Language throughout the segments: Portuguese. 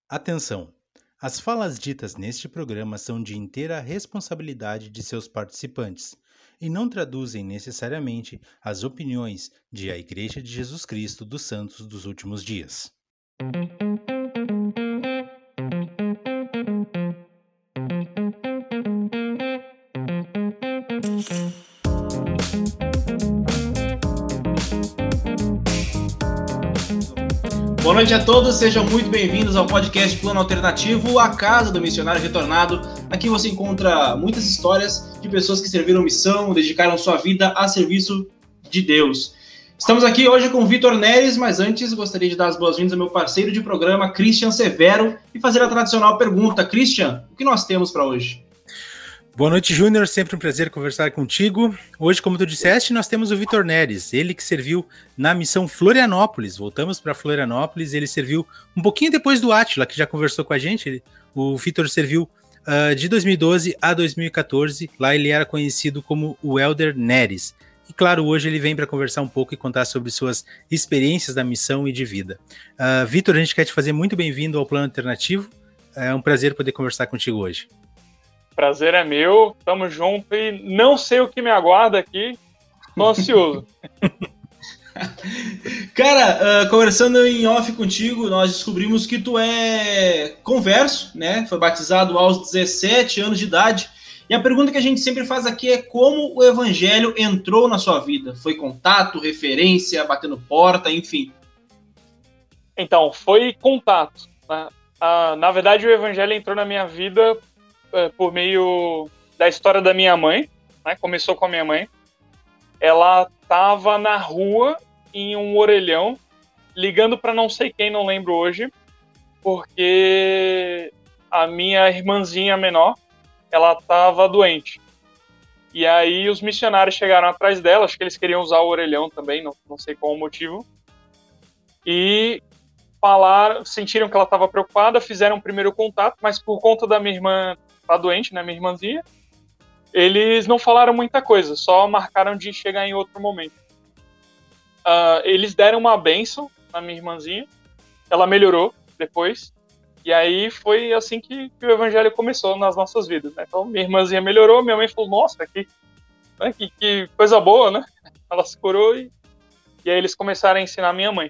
Atenção! As falas ditas neste programa são de inteira responsabilidade de seus participantes e não traduzem necessariamente as opiniões de a Igreja de Jesus Cristo dos Santos dos Últimos Dias. Boa noite a todos, sejam muito bem-vindos ao podcast Plano Alternativo, a casa do missionário retornado. Aqui você encontra muitas histórias de pessoas que serviram missão, dedicaram sua vida a serviço de Deus. Estamos aqui hoje com o Vitor Neres, mas antes gostaria de dar as boas-vindas ao meu parceiro de programa, Christian Severo, e fazer a tradicional pergunta. Christian, o que nós temos para hoje? Boa noite, Júnior. Sempre um prazer conversar contigo. Hoje, como tu disseste, nós temos o Vitor Neres, ele que serviu na missão Florianópolis. Voltamos para Florianópolis, ele serviu um pouquinho depois do Átila, que já conversou com a gente. O Vitor serviu de 2012 a 2014. Lá ele era conhecido como o Elder Neres. E claro, hoje ele vem para conversar um pouco e contar sobre suas experiências da missão e de vida. Vitor, a gente quer te fazer muito bem-vindo ao Plano Alternativo. É um prazer poder conversar contigo hoje. Prazer é meu, tamo junto e não sei o que me aguarda aqui, tô ansioso. Cara, conversando em off contigo, nós descobrimos que tu é converso, né? Foi batizado aos 17 anos de idade. E a pergunta que a gente sempre faz aqui é como o evangelho entrou na sua vida? Foi contato, referência, batendo porta, enfim? Então, foi contato, né? Na verdade, o evangelho entrou na minha vida por meio da história da minha mãe, né? Começou com a minha mãe. Ela estava na rua, em um orelhão, ligando para não sei quem, não lembro hoje, porque a minha irmãzinha menor, ela estava doente. E aí os missionários chegaram atrás dela, acho que eles queriam usar o orelhão também, não sei qual o motivo, e sentiram que ela estava preocupada, fizeram o primeiro contato, mas por conta da minha irmã tá doente, né, minha irmãzinha, eles não falaram muita coisa, só marcaram de chegar em outro momento. Eles deram uma bênção na minha irmãzinha, ela melhorou depois, e aí foi assim que o evangelho começou nas nossas vidas, né? Então minha irmãzinha melhorou, minha mãe falou, nossa, que coisa boa, né? Ela se curou e aí eles começaram a ensinar minha mãe.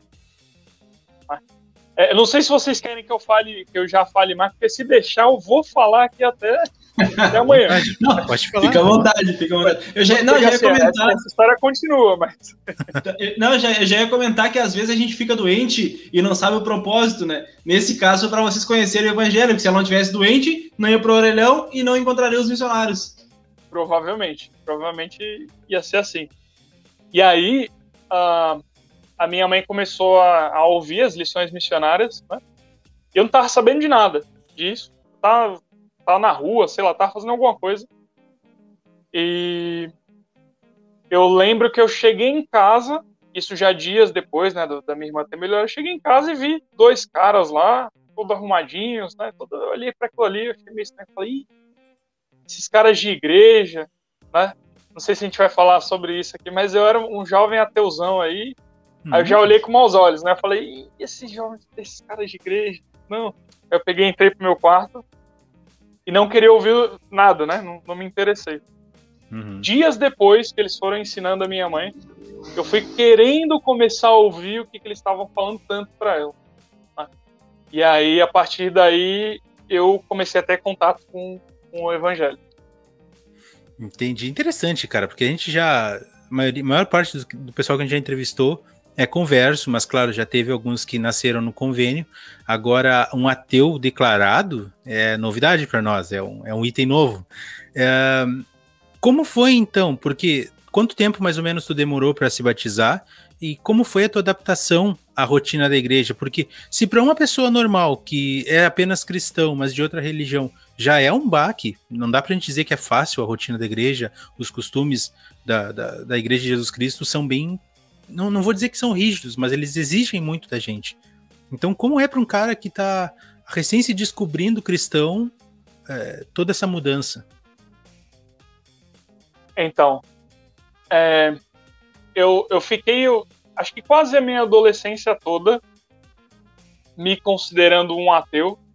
Eu não sei se vocês querem que eu já fale mais, porque se deixar eu vou falar aqui até amanhã. Não, pode falar. Fica à vontade. Eu já ia comentar. Essa história continua, mas... Não, já ia comentar que às vezes a gente fica doente e não sabe o propósito, né? Nesse caso, para vocês conhecerem o evangelho, que se ela não estivesse doente, não ia pro orelhão e não encontraria os missionários. Provavelmente ia ser assim. E aí... a minha mãe começou a ouvir as lições missionárias, né? Eu não tava sabendo de nada disso. Tava na rua, sei lá, tava fazendo alguma coisa. E eu lembro que eu cheguei em casa, isso já dias depois, né, da minha irmã ter melhorado, eu cheguei em casa e vi dois caras lá, todos arrumadinhos, né? Eu olhei para aquilo ali, eu achei meio estranho, falei, esses caras de igreja, né? Não sei se a gente vai falar sobre isso aqui, mas eu era um jovem ateuzão aí. Aí eu já olhei com maus olhos, né? Eu falei, esses caras de igreja? Não. Eu peguei, entrei pro meu quarto e não queria ouvir nada, né? Não me interessei. Uhum. Dias depois que eles foram ensinando a minha mãe, eu fui querendo começar a ouvir o que eles estavam falando tanto para ela. Né? E aí, a partir daí, eu comecei a ter contato com o evangelho. Entendi. Interessante, cara, porque a gente já... A maior parte do pessoal que a gente já entrevistou é converso, mas claro, já teve alguns que nasceram no convênio. Agora, um ateu declarado é novidade para nós, é um item novo. Como foi então? Porque quanto tempo mais ou menos tu demorou para se batizar? E como foi a tua adaptação à rotina da igreja? Porque se para uma pessoa normal, que é apenas cristão, mas de outra religião, já é um baque, não dá pra gente dizer que é fácil a rotina da igreja, os costumes da Igreja de Jesus Cristo são bem... Não vou dizer que são rígidos, mas eles exigem muito da gente. Então, como é para um cara que está recém se descobrindo cristão, toda essa mudança? Então, eu fiquei, acho que quase a minha adolescência toda, me considerando um ateu,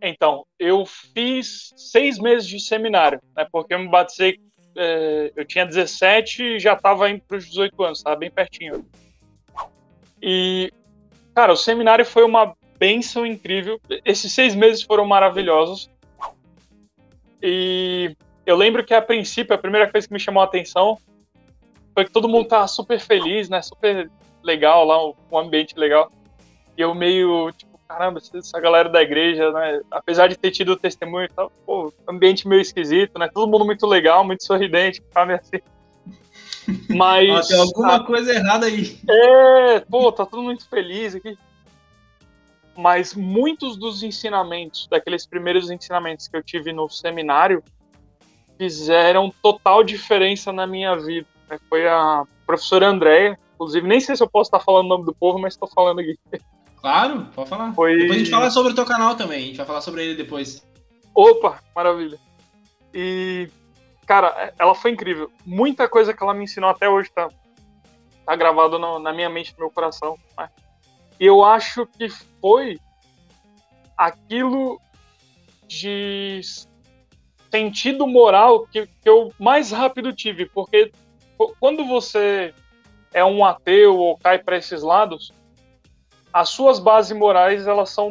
Então, eu fiz 6 meses de seminário, né? Porque eu me batizei, eu tinha 17 e já estava indo para os 18 anos, estava bem pertinho. E, cara, o seminário foi uma bênção incrível. Esses 6 meses foram maravilhosos. E eu lembro que, a princípio, a primeira coisa que me chamou a atenção foi que todo mundo tava super feliz, né? Super legal lá, um ambiente legal. E eu meio, tipo, caramba, essa galera da igreja, né? Apesar de ter tido o testemunho e tal, pô, ambiente meio esquisito, né? Todo mundo muito legal, muito sorridente, sabe assim. Mas... tem alguma coisa errada aí. Pô, tá todo muito feliz aqui. Mas muitos dos ensinamentos, daqueles primeiros ensinamentos que eu tive no seminário, fizeram total diferença na minha vida. Foi a professora Andréia, inclusive, nem sei se eu posso estar falando o nome do povo, mas estou falando aqui. Claro, pode falar. Depois a gente fala sobre o teu canal também, a gente vai falar sobre ele depois. Opa, maravilha. E, cara, ela foi incrível. Muita coisa que ela me ensinou até hoje tá gravado na minha mente, no meu coração. Né? E eu acho que foi aquilo de sentido moral que eu mais rápido tive, porque quando você é um ateu ou cai para esses lados, as suas bases morais, elas são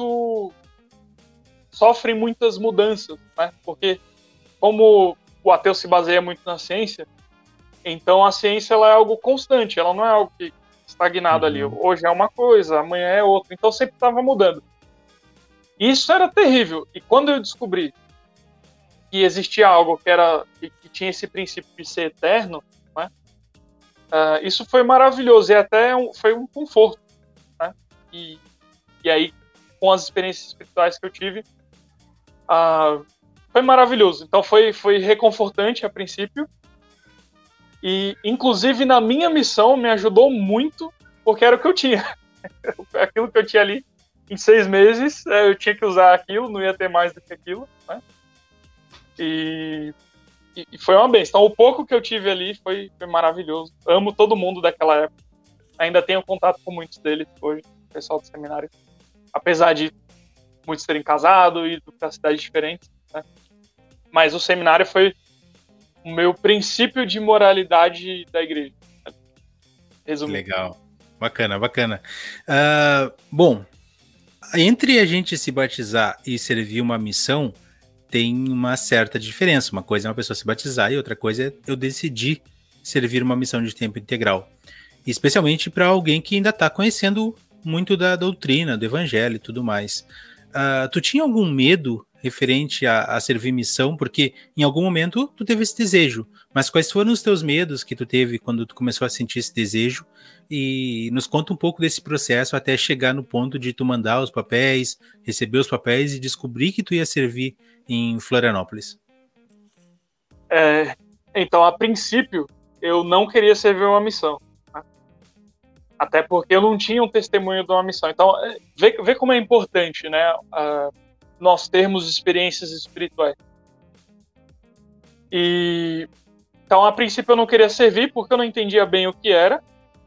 sofrem muitas mudanças, né? Porque como o ateu se baseia muito na ciência, então a ciência ela é algo constante, ela não é algo que estagnado ali. Hoje é uma coisa, amanhã é outra, então sempre estava mudando. Isso era terrível. E quando eu descobri que existia algo que tinha esse princípio de ser eterno, né? Isso foi maravilhoso e até foi um conforto, né? E aí, com as experiências espirituais que eu tive, foi maravilhoso. Então foi reconfortante a princípio e, inclusive, na minha missão me ajudou muito, porque era o que eu tinha. Aquilo que eu tinha ali em 6 meses, eu tinha que usar aquilo, não ia ter mais do que aquilo, né? E foi uma benção. Então, o pouco que eu tive ali foi maravilhoso. Amo todo mundo daquela época. Ainda tenho contato com muitos deles hoje, pessoal do seminário. Apesar de muitos terem casado e para cidades diferentes, né? Mas o seminário foi o meu princípio de moralidade da igreja. Resumindo. Legal. Bacana. Bom, entre a gente se batizar e servir uma missão, tem uma certa diferença. Uma coisa é uma pessoa se batizar e outra coisa é eu decidir servir uma missão de tempo integral. Especialmente para alguém que ainda está conhecendo muito da doutrina, do evangelho e tudo mais. Tu tinha algum medo referente a servir missão? Porque em algum momento tu teve esse desejo, mas quais foram os teus medos que tu teve quando tu começou a sentir esse desejo? E nos conta um pouco desse processo até chegar no ponto de tu mandar os papéis, receber os papéis e descobrir que tu ia servir em Florianópolis. Então, a princípio, eu não queria servir uma missão. Né? Até porque eu não tinha um testemunho de uma missão. Então, vê como é importante, né, nós termos experiências espirituais. Então, a princípio, eu não queria servir porque eu não entendia bem o que era.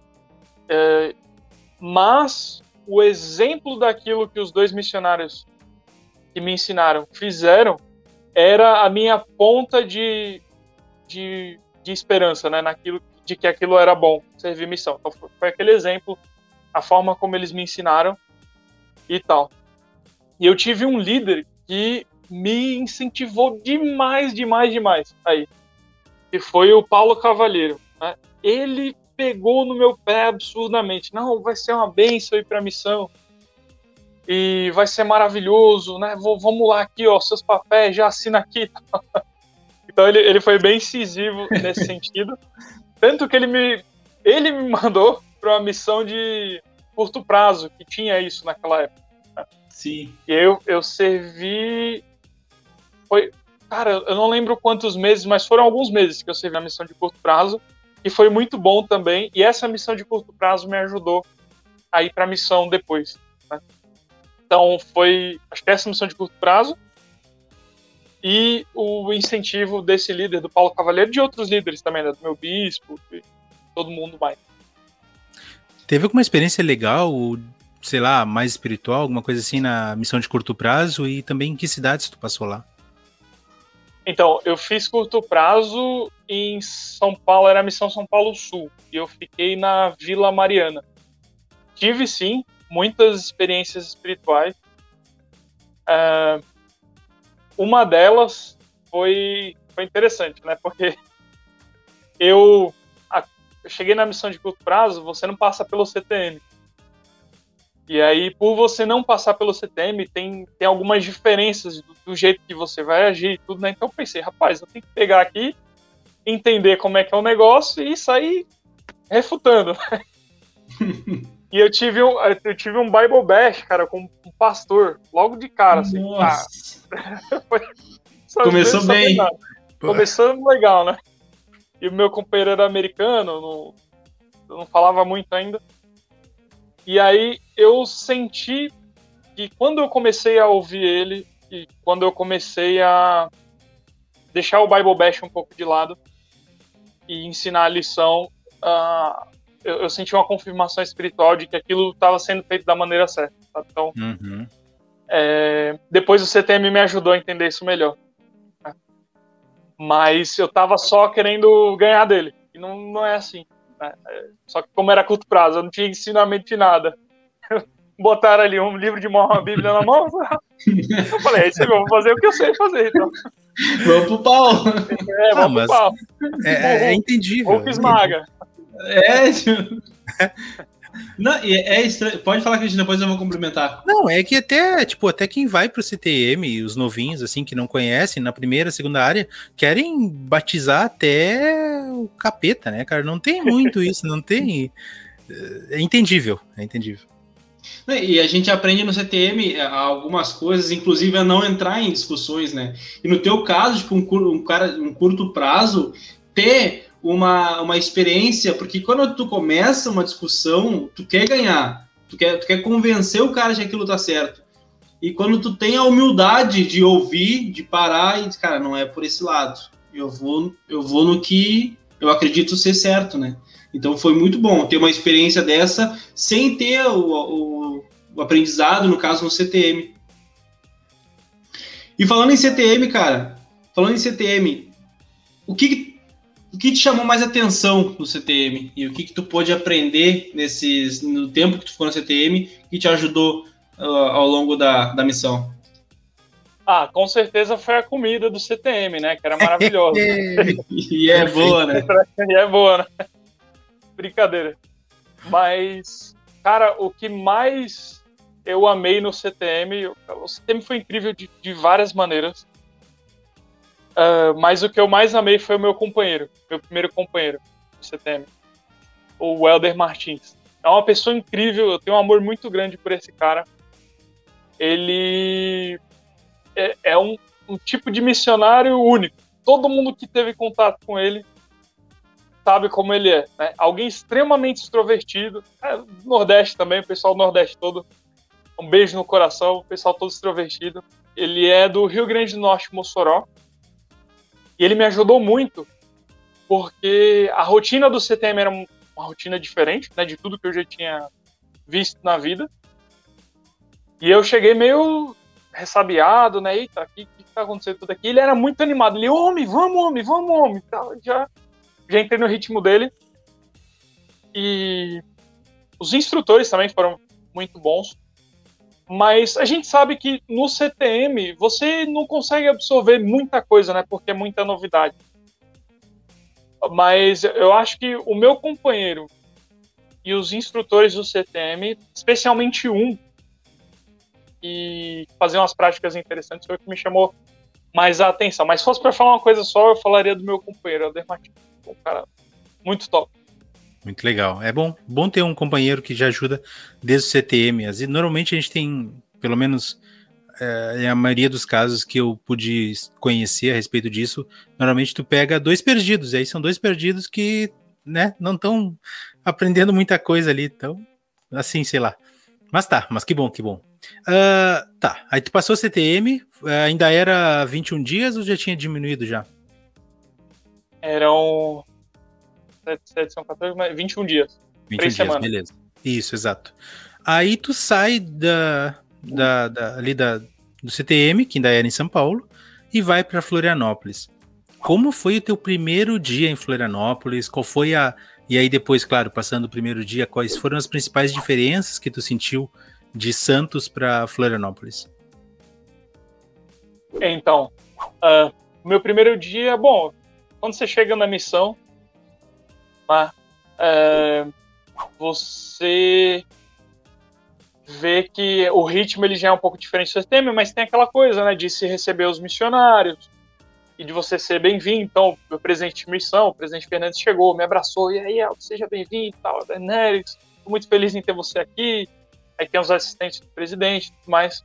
Mas o exemplo daquilo que os 2 missionários que me ensinaram fizeram era a minha ponta de esperança, né, naquilo de que aquilo era bom, servir missão. Então foi aquele exemplo, a forma como eles me ensinaram e tal. E eu tive um líder que me incentivou demais aí, que foi o Paulo Cavalheiro, né? Ele pegou no meu pé absurdamente. Não, vai ser uma bênção ir para a missão. E vai ser maravilhoso, né? Vamos lá aqui, ó, seus papéis, já assina aqui. Então ele foi bem incisivo nesse sentido. Tanto que ele me mandou para uma missão de curto prazo, que tinha isso naquela época. Né? Sim. E eu servi... Cara, eu não lembro quantos meses, mas foram alguns meses que eu servi a missão de curto prazo. E foi muito bom também. E essa missão de curto prazo me ajudou a ir para a missão depois. Né? Então acho que essa missão de curto prazo e o incentivo desse líder, do Paulo Cavalheiro, e de outros líderes também, né, do meu bispo, e todo mundo mais. Teve alguma experiência legal sei lá, mais espiritual, alguma coisa assim na missão de curto prazo? E também em que cidades tu passou lá? Então, eu fiz curto prazo em São Paulo, era a missão São Paulo Sul, e eu fiquei na Vila Mariana. Tive, sim, muitas experiências espirituais. Uma delas foi interessante, né? Porque eu cheguei na missão de curto prazo, você não passa pelo CTM. E aí, por você não passar pelo CTM, tem algumas diferenças do jeito que você vai agir e tudo, né? Então eu pensei, rapaz, eu tenho que pegar aqui, entender como é que é o negócio e sair refutando. E eu tive um Bible Bash, cara, com um pastor, logo de cara, assim. Nossa! Começou bem. Começando legal, né? E o meu companheiro era americano, eu não falava muito ainda. E aí eu senti que quando eu comecei a ouvir ele, e quando eu comecei a deixar o Bible Bash um pouco de lado e ensinar a lição, eu senti uma confirmação espiritual de que aquilo estava sendo feito da maneira certa. Tá? Então, depois o CTM me ajudou a entender isso melhor. Né? Mas eu estava só querendo ganhar dele. E não é assim. Né? Só que como era curto prazo, eu não tinha ensinamento de nada. Botaram ali um livro de mão, uma Bíblia na mão. Eu falei, eu vou fazer o que eu sei fazer. Então. Vamos pro pau. Vamos pro pau. É entendível. Hulk esmaga. Não, é estranho. Pode falar, Cristina, depois eu vou complementar. Não, é que até quem vai pro CTM, os novinhos, assim, que não conhecem, na primeira, segunda área, querem batizar até o capeta, né, cara? Não tem muito isso, não tem... É entendível, é entendível. E a gente aprende no CTM algumas coisas, inclusive a não entrar em discussões, né? E no teu caso, tipo, um curto prazo, ter uma experiência, porque quando tu começa uma discussão, tu quer ganhar, tu quer convencer o cara de que aquilo tá certo. E quando tu tem a humildade de ouvir, de parar e dizer, cara, não é por esse lado. Eu vou no que eu acredito ser certo, né? Então foi muito bom ter uma experiência dessa sem ter o aprendizado, no caso, no CTM. E falando em CTM, cara, o que te chamou mais atenção no CTM? E o que tu pôde aprender no tempo que tu ficou no CTM que te ajudou ao longo da missão? Com certeza foi a comida do CTM, né? Que era maravilhosa. E é boa, né? E é boa, né? Brincadeira. Mas, cara, o que mais eu amei no CTM, o CTM foi incrível de várias maneiras, mas o que eu mais amei foi o meu primeiro companheiro do CTM, o Welder Martins. É uma pessoa incrível, eu tenho um amor muito grande por esse cara. Ele é um tipo de missionário único. Todo mundo que teve contato com ele sabe como ele é, né? Alguém extremamente extrovertido, Nordeste também, o pessoal do Nordeste todo, um beijo no coração, o pessoal todo extrovertido. Ele é do Rio Grande do Norte, Mossoró, e ele me ajudou muito, porque a rotina do CTM era uma rotina diferente, né, de tudo que eu já tinha visto na vida, e eu cheguei meio ressabiado, né, eita, o que tá acontecendo tudo aqui? Ele era muito animado, ele, vamos, já entrei no ritmo dele. E os instrutores também foram muito bons. Mas a gente sabe que no CTM você não consegue absorver muita coisa, né? Porque é muita novidade. Mas eu acho que o meu companheiro e os instrutores do CTM, especialmente um, e fazer umas práticas interessantes, foi o que me chamou mais a atenção. Mas se fosse para falar uma coisa só, eu falaria do meu companheiro, Welder Martins. Um cara muito top. Muito legal. É bom ter um companheiro que já ajuda desde o CTM. Normalmente a gente tem, pelo menos a maioria dos casos que eu pude conhecer a respeito disso, normalmente tu pega 2 perdidos, e aí são 2 perdidos que, né, não estão aprendendo muita coisa ali, então, assim, sei lá. Mas que bom. Tá, aí tu passou o CTM, ainda era 21 dias ou já tinha diminuído já? Eram 7 são 14, 21 dias. 21 dias, beleza. Isso, exato. Aí tu sai do CTM, que ainda era em São Paulo, e vai para Florianópolis. Como foi o teu primeiro dia em Florianópolis? Qual foi E aí depois, claro, passando o primeiro dia, quais foram as principais diferenças que tu sentiu de Santos para Florianópolis? Então, o meu primeiro dia, bom, quando você chega na missão, você vê que o ritmo ele já é um pouco diferente do CTM, mas tem aquela coisa, né, de se receber os missionários e de você ser bem-vindo. Então, o presidente de missão, o presidente Fernandes chegou, me abraçou, e aí, seja bem-vindo, tal, Daenerys, estou muito feliz em ter você aqui. Aí tem os assistentes do presidente e tudo mais.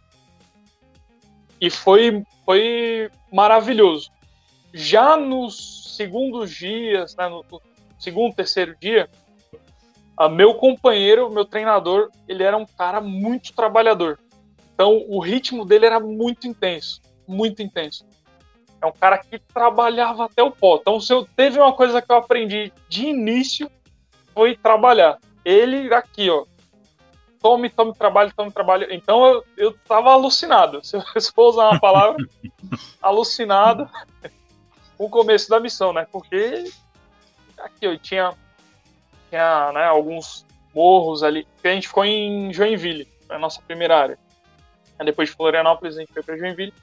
E foi maravilhoso. Já nos segundos dias, né, no segundo, terceiro dia, meu companheiro, meu treinador, ele era um cara muito trabalhador. Então, o ritmo dele era muito intenso, muito intenso. É um cara que trabalhava até o pó. Então, se eu teve uma coisa que eu aprendi de início, foi trabalhar. Ele aqui, ó, tome trabalho. Então, eu tava alucinado. Se eu for usar uma palavra, alucinado com o começo da missão, né? Porque aqui eu tinha né, alguns morros ali, que a gente ficou em Joinville, a nossa primeira área. Aí depois de Florianópolis, a gente foi para Joinville.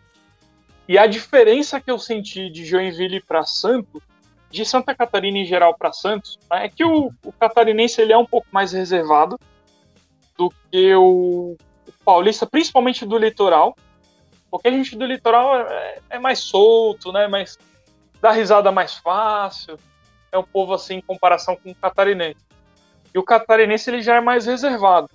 E a diferença que eu senti de Joinville para Santos, de Santa Catarina em geral para Santos, né, é que o catarinense ele é um pouco mais reservado do que o paulista, principalmente do litoral, porque a gente do litoral é mais solto, né, mais, dá risada mais fácil, é um povo assim em comparação com o catarinense. E o catarinense ele já é mais reservado.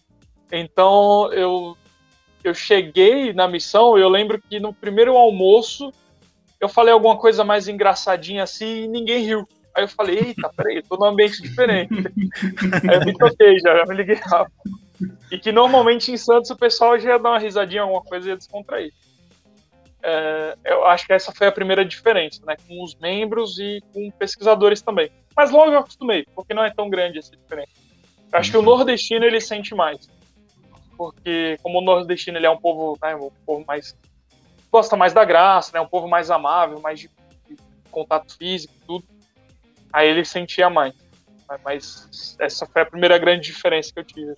Então eu cheguei na missão, eu lembro que no primeiro almoço eu falei alguma coisa mais engraçadinha assim e ninguém riu. Aí eu falei, eita, peraí, eu tô num ambiente diferente. Aí eu me toquei já me liguei rápido. E que normalmente em Santos o pessoal já ia dar uma risadinha, alguma coisa e ia descontrair. Eu acho que essa foi a primeira diferença, né, com os membros e com pesquisadores também. Mas logo eu acostumei, porque não é tão grande essa diferença. Eu acho que o nordestino ele sente mais. Porque como o nordestino ele é um povo, né, um povo mais gosta mais da graça, né, um povo mais amável, mais de contato físico, tudo. Aí ele sentia mais. Mas essa foi a primeira grande diferença que eu tive.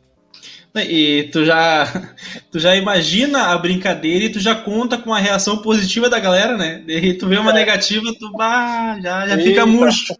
E tu já imagina a brincadeira e tu já conta com a reação positiva da galera, né? E tu vê uma negativa, tu já fica murcho.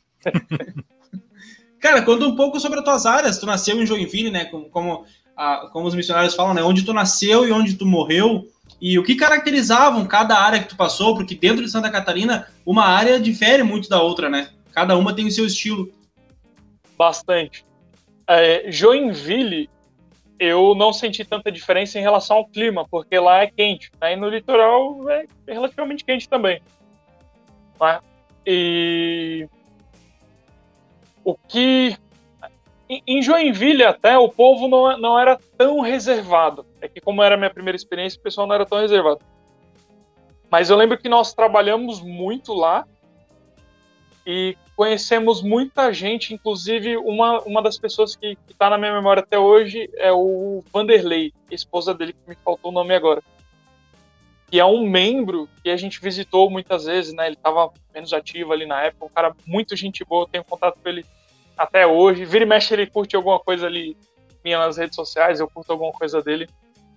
Cara, conta um pouco sobre as tuas áreas. Tu nasceu em Joinville, né? Como os missionários falam, né? Onde tu nasceu e onde tu morreu. E o que caracterizavam cada área que tu passou, porque dentro de Santa Catarina, uma área difere muito da outra, né? Cada uma tem o seu estilo. Bastante. Joinville, eu não senti tanta diferença em relação ao clima, porque lá é quente, né? E no litoral é relativamente quente também. Né? E o que... Em Joinville até, o povo não era tão reservado. É que como era a minha primeira experiência, o pessoal não era tão reservado. Mas eu lembro que nós trabalhamos muito lá e conhecemos muita gente, inclusive uma das pessoas que está na minha memória até hoje é o Vanderlei, esposa dele, que me faltou o nome agora. Que é um membro que a gente visitou muitas vezes, né? Ele estava menos ativo ali na época, um cara muito gente boa, eu tenho contato com ele até hoje. Vira e mexe, ele curte alguma coisa ali minha nas redes sociais, eu curto alguma coisa dele.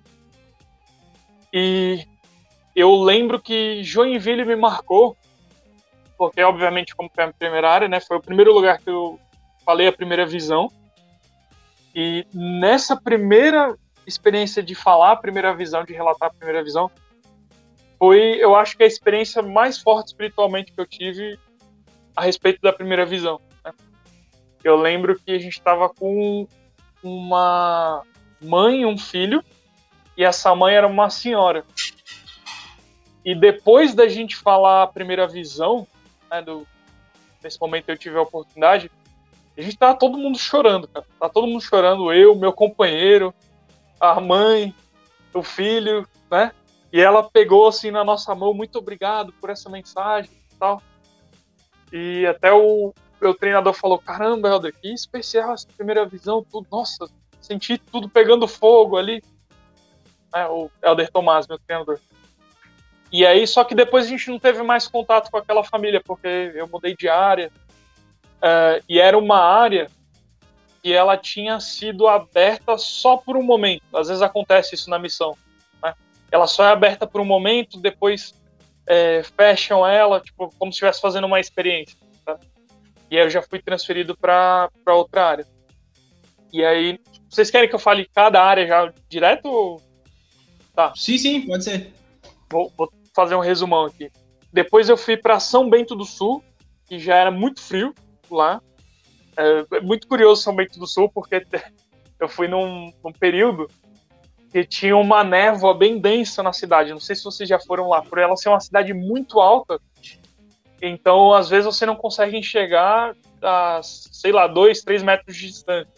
E eu lembro que Joinville me marcou, porque obviamente como foi a minha primeira área, né, foi o primeiro lugar que eu falei a primeira visão. E nessa primeira experiência de falar a primeira visão, de relatar a primeira visão, foi, eu acho que a experiência mais forte espiritualmente que eu tive a respeito da primeira visão. Eu lembro que a gente estava com uma mãe e um filho, e essa mãe era uma senhora. E depois da gente falar a primeira visão, né, nesse momento eu tive a oportunidade, a gente tava todo mundo chorando, cara. Tá todo mundo chorando, eu, meu companheiro, a mãe, o filho, né? E ela pegou assim na nossa mão, muito obrigado por essa mensagem e tal. E até o meu treinador falou, caramba, Helder, que especial essa primeira visão, tudo, nossa, senti tudo pegando fogo ali. O Helder Tomás, meu treinador. E aí, só que depois a gente não teve mais contato com aquela família, porque eu mudei de área. E era uma área que ela tinha sido aberta só por um momento. Às vezes acontece isso na missão, né? Ela só é aberta por um momento, depois fecham ela, tipo, como se estivesse fazendo uma experiência. Tá? E aí eu já fui transferido para outra área. E aí, vocês querem que eu fale cada área já direto? Ou... Tá. Sim, pode ser. Vou fazer um resumão aqui. Depois eu fui para São Bento do Sul, que já era muito frio lá. É muito curioso São Bento do Sul, porque eu fui num período que tinha uma névoa bem densa na cidade. Não sei se vocês já foram lá. Por ela ser uma cidade muito alta, então às vezes você não consegue enxergar a, 2, 3 metros de distância.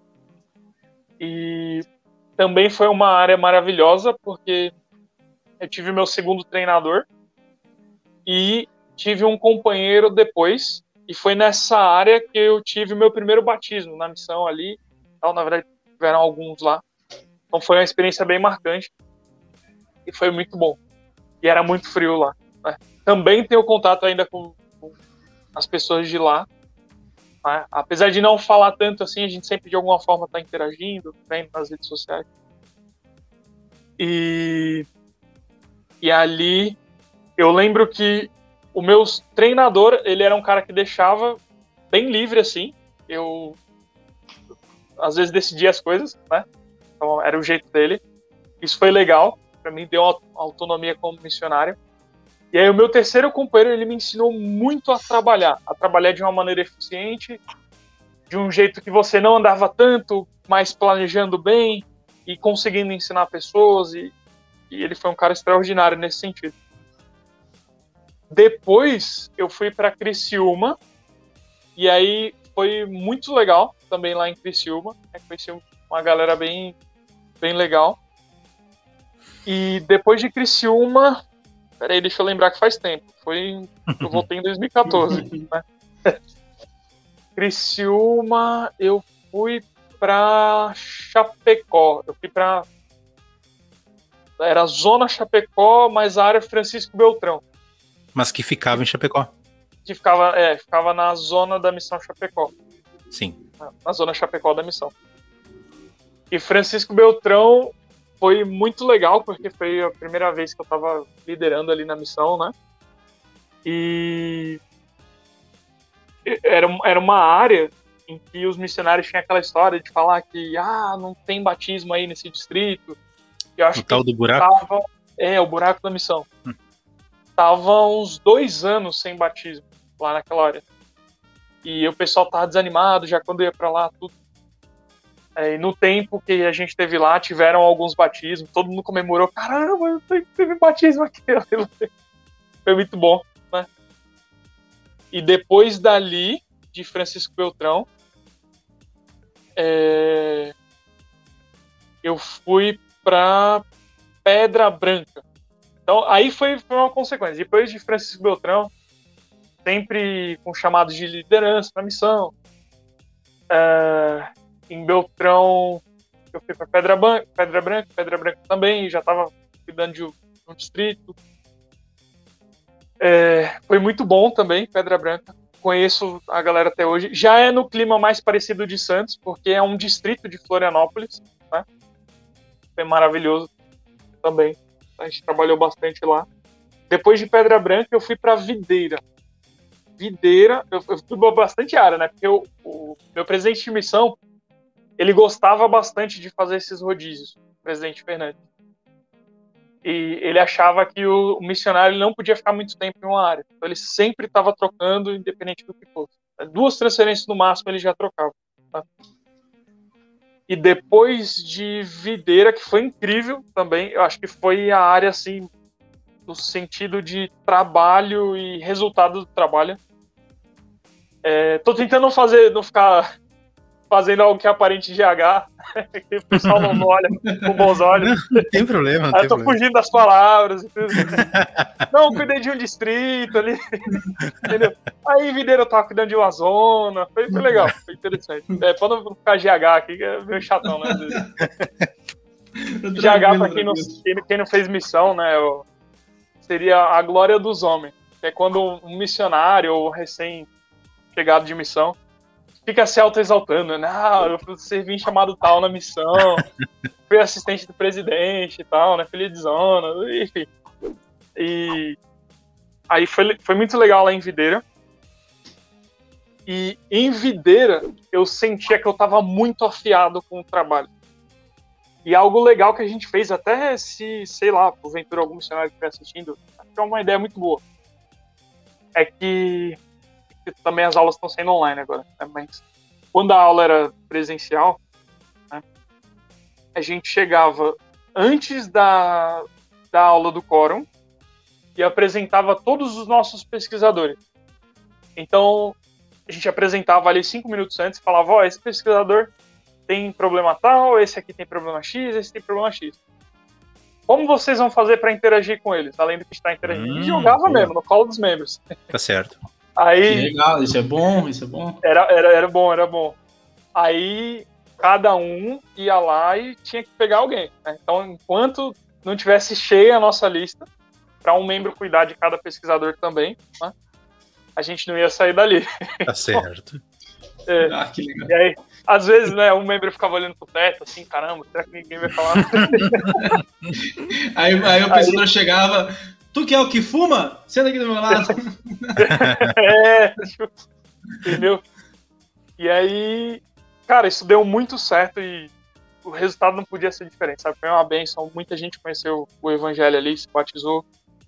E também foi uma área maravilhosa, porque eu tive meu segundo treinador e tive um companheiro depois, e foi nessa área que eu tive meu primeiro batismo na missão ali. Então, na verdade, tiveram alguns lá. Então foi uma experiência bem marcante e foi muito bom. E era muito frio lá, né? Também tenho contato ainda com as pessoas de lá, né? Apesar de não falar tanto assim, a gente sempre de alguma forma está interagindo, né, nas redes sociais. E ali eu lembro que o meu treinador, ele era um cara que deixava bem livre assim. Eu às vezes decidia as coisas, né? Então, era o jeito dele. Isso foi legal. Para mim, deu uma autonomia como missionário. E aí, o meu terceiro companheiro, ele me ensinou muito a trabalhar de uma maneira eficiente, de um jeito que você não andava tanto, mas planejando bem e conseguindo ensinar pessoas. E ele foi um cara extraordinário nesse sentido. Depois, eu fui para Criciúma. E aí, foi muito legal também lá em Criciúma. Conheci uma galera bem legal. E depois de Criciúma, peraí, deixa eu lembrar que faz tempo. Eu voltei em 2014, né? Criciúma, eu fui pra Chapecó. Era Zona Chapecó, mas a área Francisco Beltrão. Mas que ficava em Chapecó. Que ficava na zona da missão Chapecó. Sim. Na zona Chapecó da missão. E Francisco Beltrão foi muito legal, porque foi a primeira vez que eu estava liderando ali na missão, né? E era uma área em que os missionários tinham aquela história de falar que não tem batismo aí nesse distrito. Eu acho o tal do buraco? O buraco da missão. Tava uns 2 anos sem batismo lá naquela área. E o pessoal tava desanimado já quando ia para lá, tudo. E no tempo que a gente teve lá, tiveram alguns batismos, todo mundo comemorou, caramba, teve batismo aqui. Foi muito bom, né? E depois dali, de Francisco Beltrão, eu fui para Pedra Branca. Então, aí foi uma consequência. Depois de Francisco Beltrão, sempre com chamados de liderança na missão, em Beltrão, eu fui para Pedra Branca também, já estava cuidando de um distrito. Foi muito bom também, Pedra Branca. Conheço a galera até hoje. Já é no clima mais parecido de Santos, porque é um distrito de Florianópolis, né? Foi maravilhoso também. A gente trabalhou bastante lá. Depois de Pedra Branca, eu fui para Videira. Eu fui bastante área, né? Porque o meu presidente de missão, ele gostava bastante de fazer esses rodízios, o presidente Fernandes. E ele achava que o missionário não podia ficar muito tempo em uma área. Então ele sempre estava trocando, independente do que fosse. 2 transferências no máximo ele já trocava. Tá? E depois de Videira, que foi incrível também, eu acho que foi a área, assim, no sentido de trabalho e resultado do trabalho. Tô tentando não ficar fazendo algo que é aparente GH, que o pessoal não olha com bons olhos. Não tem problema. Aí eu tô fugindo das palavras e tudo. Não, cuidei de um distrito ali. Entendeu? Aí em Videira eu tava cuidando de uma zona. Foi legal, foi interessante. Pra não ficar GH aqui, que é meio chatão, né? GH, pra quem não fez missão, né? Seria a glória dos homens. Que é quando um missionário ou recém-chegado de missão fica se auto-exaltando, né? Eu servi em chamado tal na missão, fui assistente do presidente e tal, né? Filho de zona, enfim. E aí foi muito legal lá em Videira. E em Videira eu sentia que eu tava muito afiado com o trabalho. E algo legal que a gente fez, até se, sei lá, porventura algum missionário que estiver assistindo, acho que é uma ideia muito boa. É que também as aulas estão sendo online agora, né? Mas quando a aula era presencial, né, a gente chegava antes da aula do quórum e apresentava todos os nossos pesquisadores. Então, a gente apresentava ali 5 minutos antes e falava, esse pesquisador tem problema tal, esse aqui tem problema X, esse tem problema X. Como vocês vão fazer para interagir com eles, além do que está interagindo? E jogava mesmo, no colo dos membros. Tá certo. Aí, que legal, isso é bom. Era bom. Aí cada um ia lá e tinha que pegar alguém, né? Então, enquanto não tivesse cheia a nossa lista, para um membro cuidar de cada pesquisador também, né, a gente não ia sair dali. Tá certo. Que legal. E aí, às vezes, né, um membro ficava olhando pro teto, assim, caramba, será que ninguém vai falar? aí o pesquisador chegava... Tu que é o que fuma? Senta aqui do meu lado. Entendeu? E aí, cara, isso deu muito certo e o resultado não podia ser diferente, sabe? Foi uma bênção, muita gente conheceu o evangelho ali, se batizou.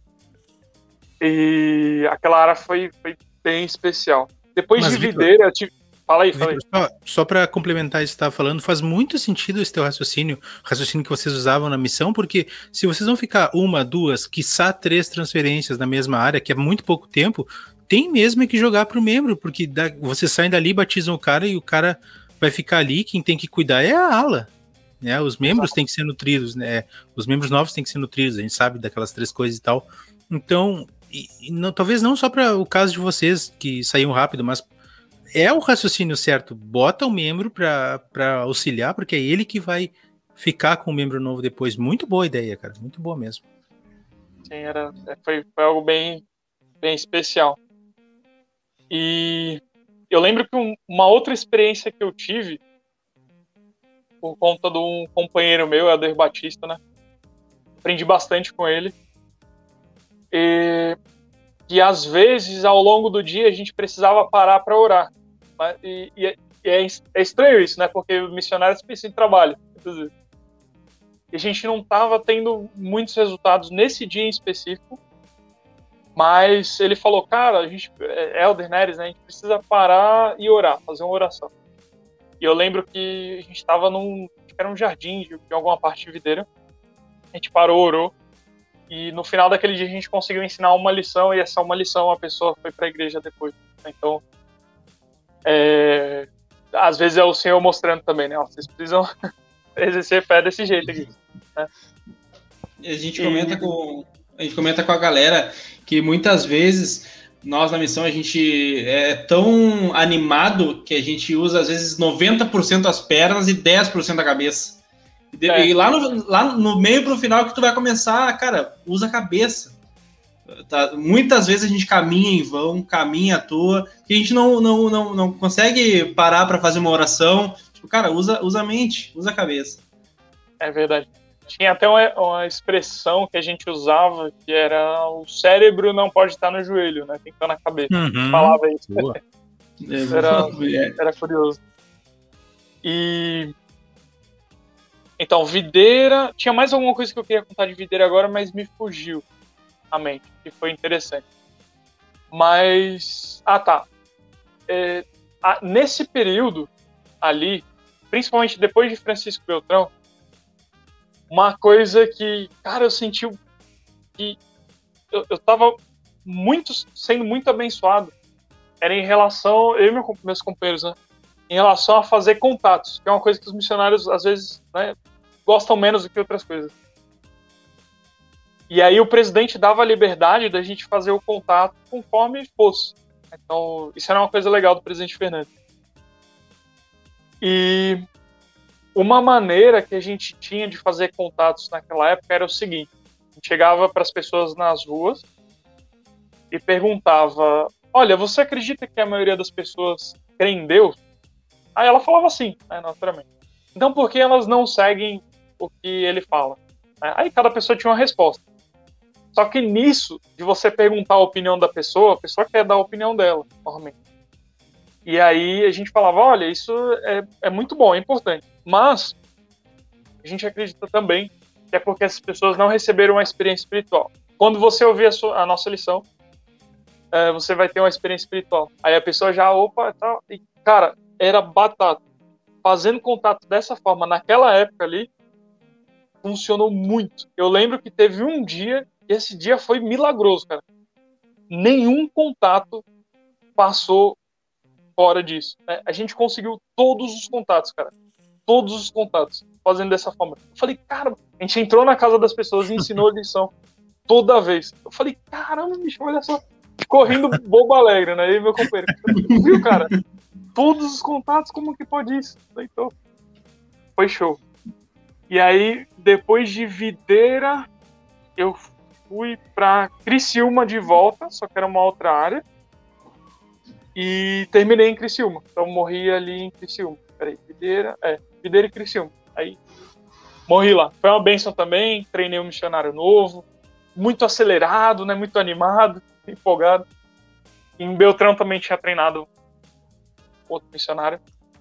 E aquela área foi bem especial. Depois de Videira, eu tive... Fala aí. Só para complementar isso que você estava falando, faz muito sentido esse teu raciocínio, o raciocínio que vocês usavam na missão, porque se vocês vão ficar 1, 2, quiçá 3 transferências na mesma área, que é muito pouco tempo, tem mesmo que jogar para o membro, porque vocês saem dali, batizam o cara e o cara vai ficar ali, quem tem que cuidar é a ala, né? Os membros têm que ser nutridos, né? Os membros novos têm que ser nutridos, a gente sabe daquelas 3 coisas e tal. Então, talvez não só para o caso de vocês que saíam rápido, mas é o raciocínio certo, bota o membro para auxiliar, porque é ele que vai ficar com o membro novo depois. Muito boa ideia, cara, muito boa mesmo. Sim, foi algo bem especial. E eu lembro que uma outra experiência que eu tive, por conta de um companheiro meu, Helder Batista, né? Aprendi bastante com ele. E às vezes, ao longo do dia, a gente precisava parar para orar. E é estranho isso, né? Porque o missionário precisa de trabalho. E a gente não estava tendo muitos resultados nesse dia em específico, mas ele falou, cara, a gente, Helder Neres, né? A gente precisa parar e orar, fazer uma oração. E eu lembro que a gente estava era um jardim de alguma parte de Videira. A gente parou, orou. E no final daquele dia a gente conseguiu ensinar uma lição, e essa uma lição a pessoa foi para a igreja depois. Então, às vezes é o Senhor mostrando também, né? Vocês precisam exercer fé desse jeito aqui. Né? A gente comenta com a galera que muitas vezes nós na missão a gente é tão animado que a gente usa às vezes 90% as pernas e 10% a cabeça. E lá no meio pro final que tu vai começar, cara, usa a cabeça. Tá? Muitas vezes a gente caminha em vão, caminha à toa, que a gente não consegue parar para fazer uma oração. Tipo, cara, usa a mente, usa a cabeça. É verdade. Tinha até uma expressão que a gente usava, que era o cérebro não pode estar no joelho, né? Tem que estar na cabeça. Uhum. Falava isso. Era curioso. E... Então, Videira... Tinha mais alguma coisa que eu queria contar de Videira agora, mas me fugiu a mente, que foi interessante. Mas... tá. Nesse período ali, principalmente depois de Francisco Beltrão, uma coisa que, cara, eu senti que eu tava sendo muito abençoado. Era em relação... Eu e meus companheiros, né? em relação a fazer contatos, que é uma coisa que os missionários, às vezes, né, gostam menos do que outras coisas. E aí o presidente dava a liberdade da gente fazer o contato conforme fosse. Então, isso era uma coisa legal do presidente Fernando. E uma maneira que a gente tinha de fazer contatos naquela época era o seguinte: a gente chegava para as pessoas nas ruas e perguntava: olha, você acredita que a maioria das pessoas crê em Deus? Aí ela falava sim, né, naturalmente. Então por que elas não seguem o que ele fala? Aí cada pessoa tinha uma resposta. Só que nisso, de você perguntar a opinião da pessoa, a pessoa quer dar a opinião dela, normalmente. E aí a gente falava: olha, isso é muito bom, é importante. Mas a gente acredita também que é porque essas pessoas não receberam uma experiência espiritual. Quando você ouvir a nossa lição, você vai ter uma experiência espiritual. Aí a pessoa já, opa, tal. E, cara, era batata. Fazendo contato dessa forma, naquela época ali, funcionou muito. Eu lembro que teve um dia, e esse dia foi milagroso, cara. Nenhum contato passou fora disso. Né? A gente conseguiu todos os contatos, cara. Todos os contatos, fazendo dessa forma. Eu falei, cara, a gente entrou na casa das pessoas e ensinou a lição toda vez. Eu falei, caramba, bicho, olha só. Correndo bobo alegre, né? E meu companheiro, viu, cara? Todos os contatos, como que pode isso? Então, foi show. E aí, depois de Videira, eu fui pra Criciúma de volta, só que era uma outra área. E terminei em Criciúma. Então, morri ali em Criciúma. Peraí, Videira e Criciúma. Aí, morri lá. Foi uma bênção também, treinei um missionário novo. Muito acelerado, né? Muito animado, empolgado. Em Beltrão também tinha treinado outro missionário.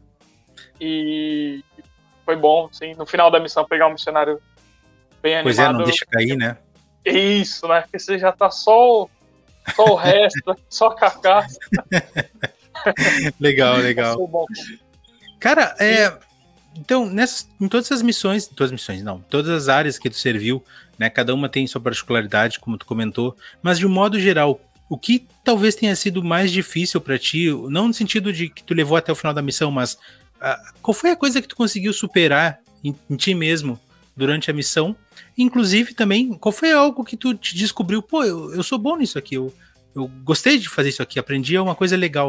E foi bom, assim, no final da missão, pegar um missionário bem animado. Pois é, não deixa cair, né? Isso, né? Porque você já tá só o resto, só a carcaça. Legal. Cara, então, em todas as missões, todas as áreas que tu serviu, né? Cada uma tem sua particularidade, como tu comentou, mas de um modo geral, o que talvez tenha sido mais difícil para ti, não no sentido de que tu levou até o final da missão, mas qual foi a coisa que tu conseguiu superar em ti mesmo durante a missão? Inclusive também, qual foi algo que tu te descobriu, pô, eu sou bom nisso aqui, eu gostei de fazer isso aqui, aprendi uma coisa legal.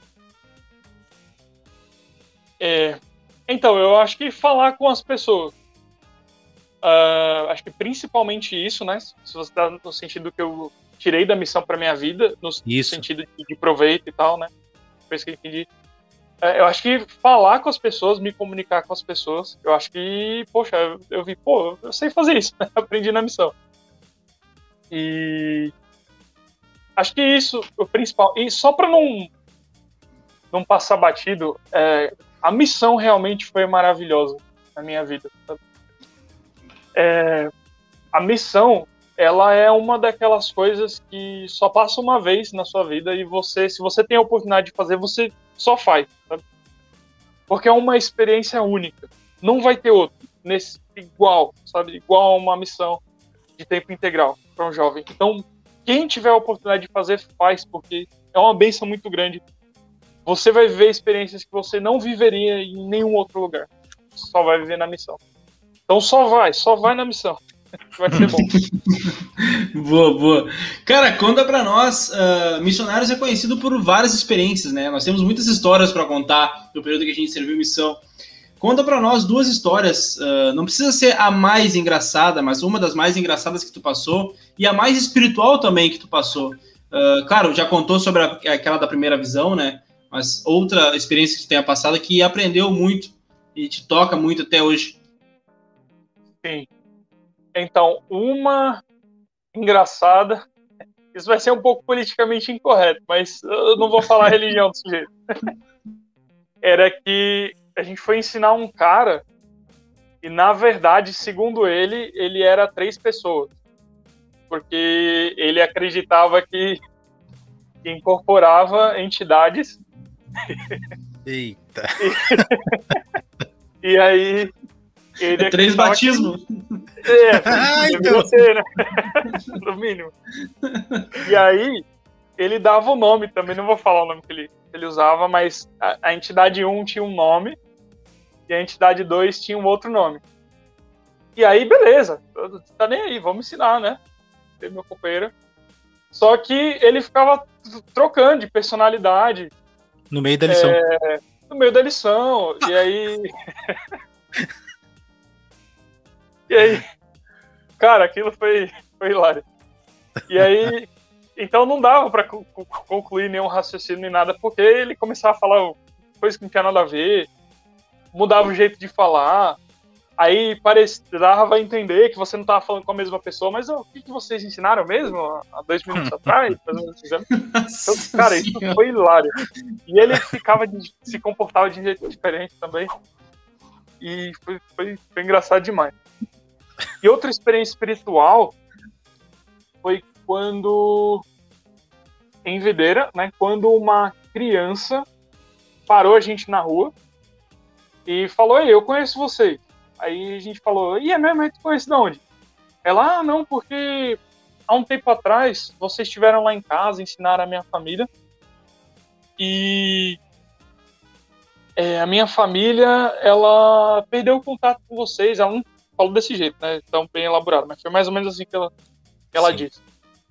Então, eu acho que falar com as pessoas. Acho que principalmente isso, né? Se você está no sentido que eu tirei da missão para minha vida, no sentido de proveito e tal, né? Foi isso que eu entendi. Eu acho que falar com as pessoas, me comunicar com as pessoas, eu acho que, poxa, eu vi, eu sei fazer isso, né? Aprendi na missão. E acho que isso, o principal. E só para não passar batido, a missão realmente foi maravilhosa na minha vida. Sabe? A missão, ela é uma daquelas coisas que só passa uma vez na sua vida e se você tem a oportunidade de fazer, você só faz, sabe? Porque é uma experiência única. Não vai ter outro igual, sabe? Igual a uma missão de tempo integral para um jovem. Então, quem tiver a oportunidade de fazer, faz, porque é uma bênção muito grande. Você vai viver experiências que você não viveria em nenhum outro lugar. Só vai viver na missão. Então só vai na missão. Vai ser bom. Boa. Cara, conta pra nós, Missionários é conhecido por várias experiências, né? Nós temos muitas histórias pra contar do período que a gente serviu missão. Conta pra nós 2 histórias, não precisa ser a mais engraçada, mas uma das mais engraçadas que tu passou e a mais espiritual também que tu passou. Claro, já contou sobre aquela da primeira visão, né? Mas outra experiência que tu tenha passado que aprendeu muito e te toca muito até hoje. Sim. Então, uma engraçada, isso vai ser um pouco politicamente incorreto, mas eu não vou falar a religião do sujeito. Era que a gente foi ensinar um cara e, na verdade, segundo ele era 3 pessoas. Porque ele acreditava que incorporava entidades. Eita! E aí... Ele 3 batismos. Deve ser, né? No mínimo. E aí, ele dava o nome, também não vou falar o nome que ele usava, mas a entidade 1 tinha um nome e a entidade 2 tinha um outro nome. E aí, beleza, tá nem aí, vamos ensinar, né? Meu companheiro. Só que ele ficava trocando de personalidade. No meio da lição. No meio da lição. E aí... E aí... Cara, aquilo foi hilário. E aí... Então não dava pra concluir nenhum raciocínio nem nada, porque ele começava a falar coisas que não tinha nada a ver, mudava o jeito de falar, aí dava a entender que você não estava falando com a mesma pessoa, mas o que vocês ensinaram mesmo há 2 minutos atrás? Então, cara, isso foi hilário. E ele se comportava de um jeito diferente também, e foi engraçado demais. E outra experiência espiritual foi quando, em Videira, né, quando uma criança parou a gente na rua e falou: "Ei, eu conheço você". Aí a gente falou: "E é mesmo? Aí tu conhece de onde?" Ela: não, porque há um tempo atrás vocês estiveram lá em casa, ensinaram a minha família, e a minha família, ela perdeu o contato com vocês." Ela não falou desse jeito, né, tão bem elaborado, mas foi mais ou menos assim que ela disse.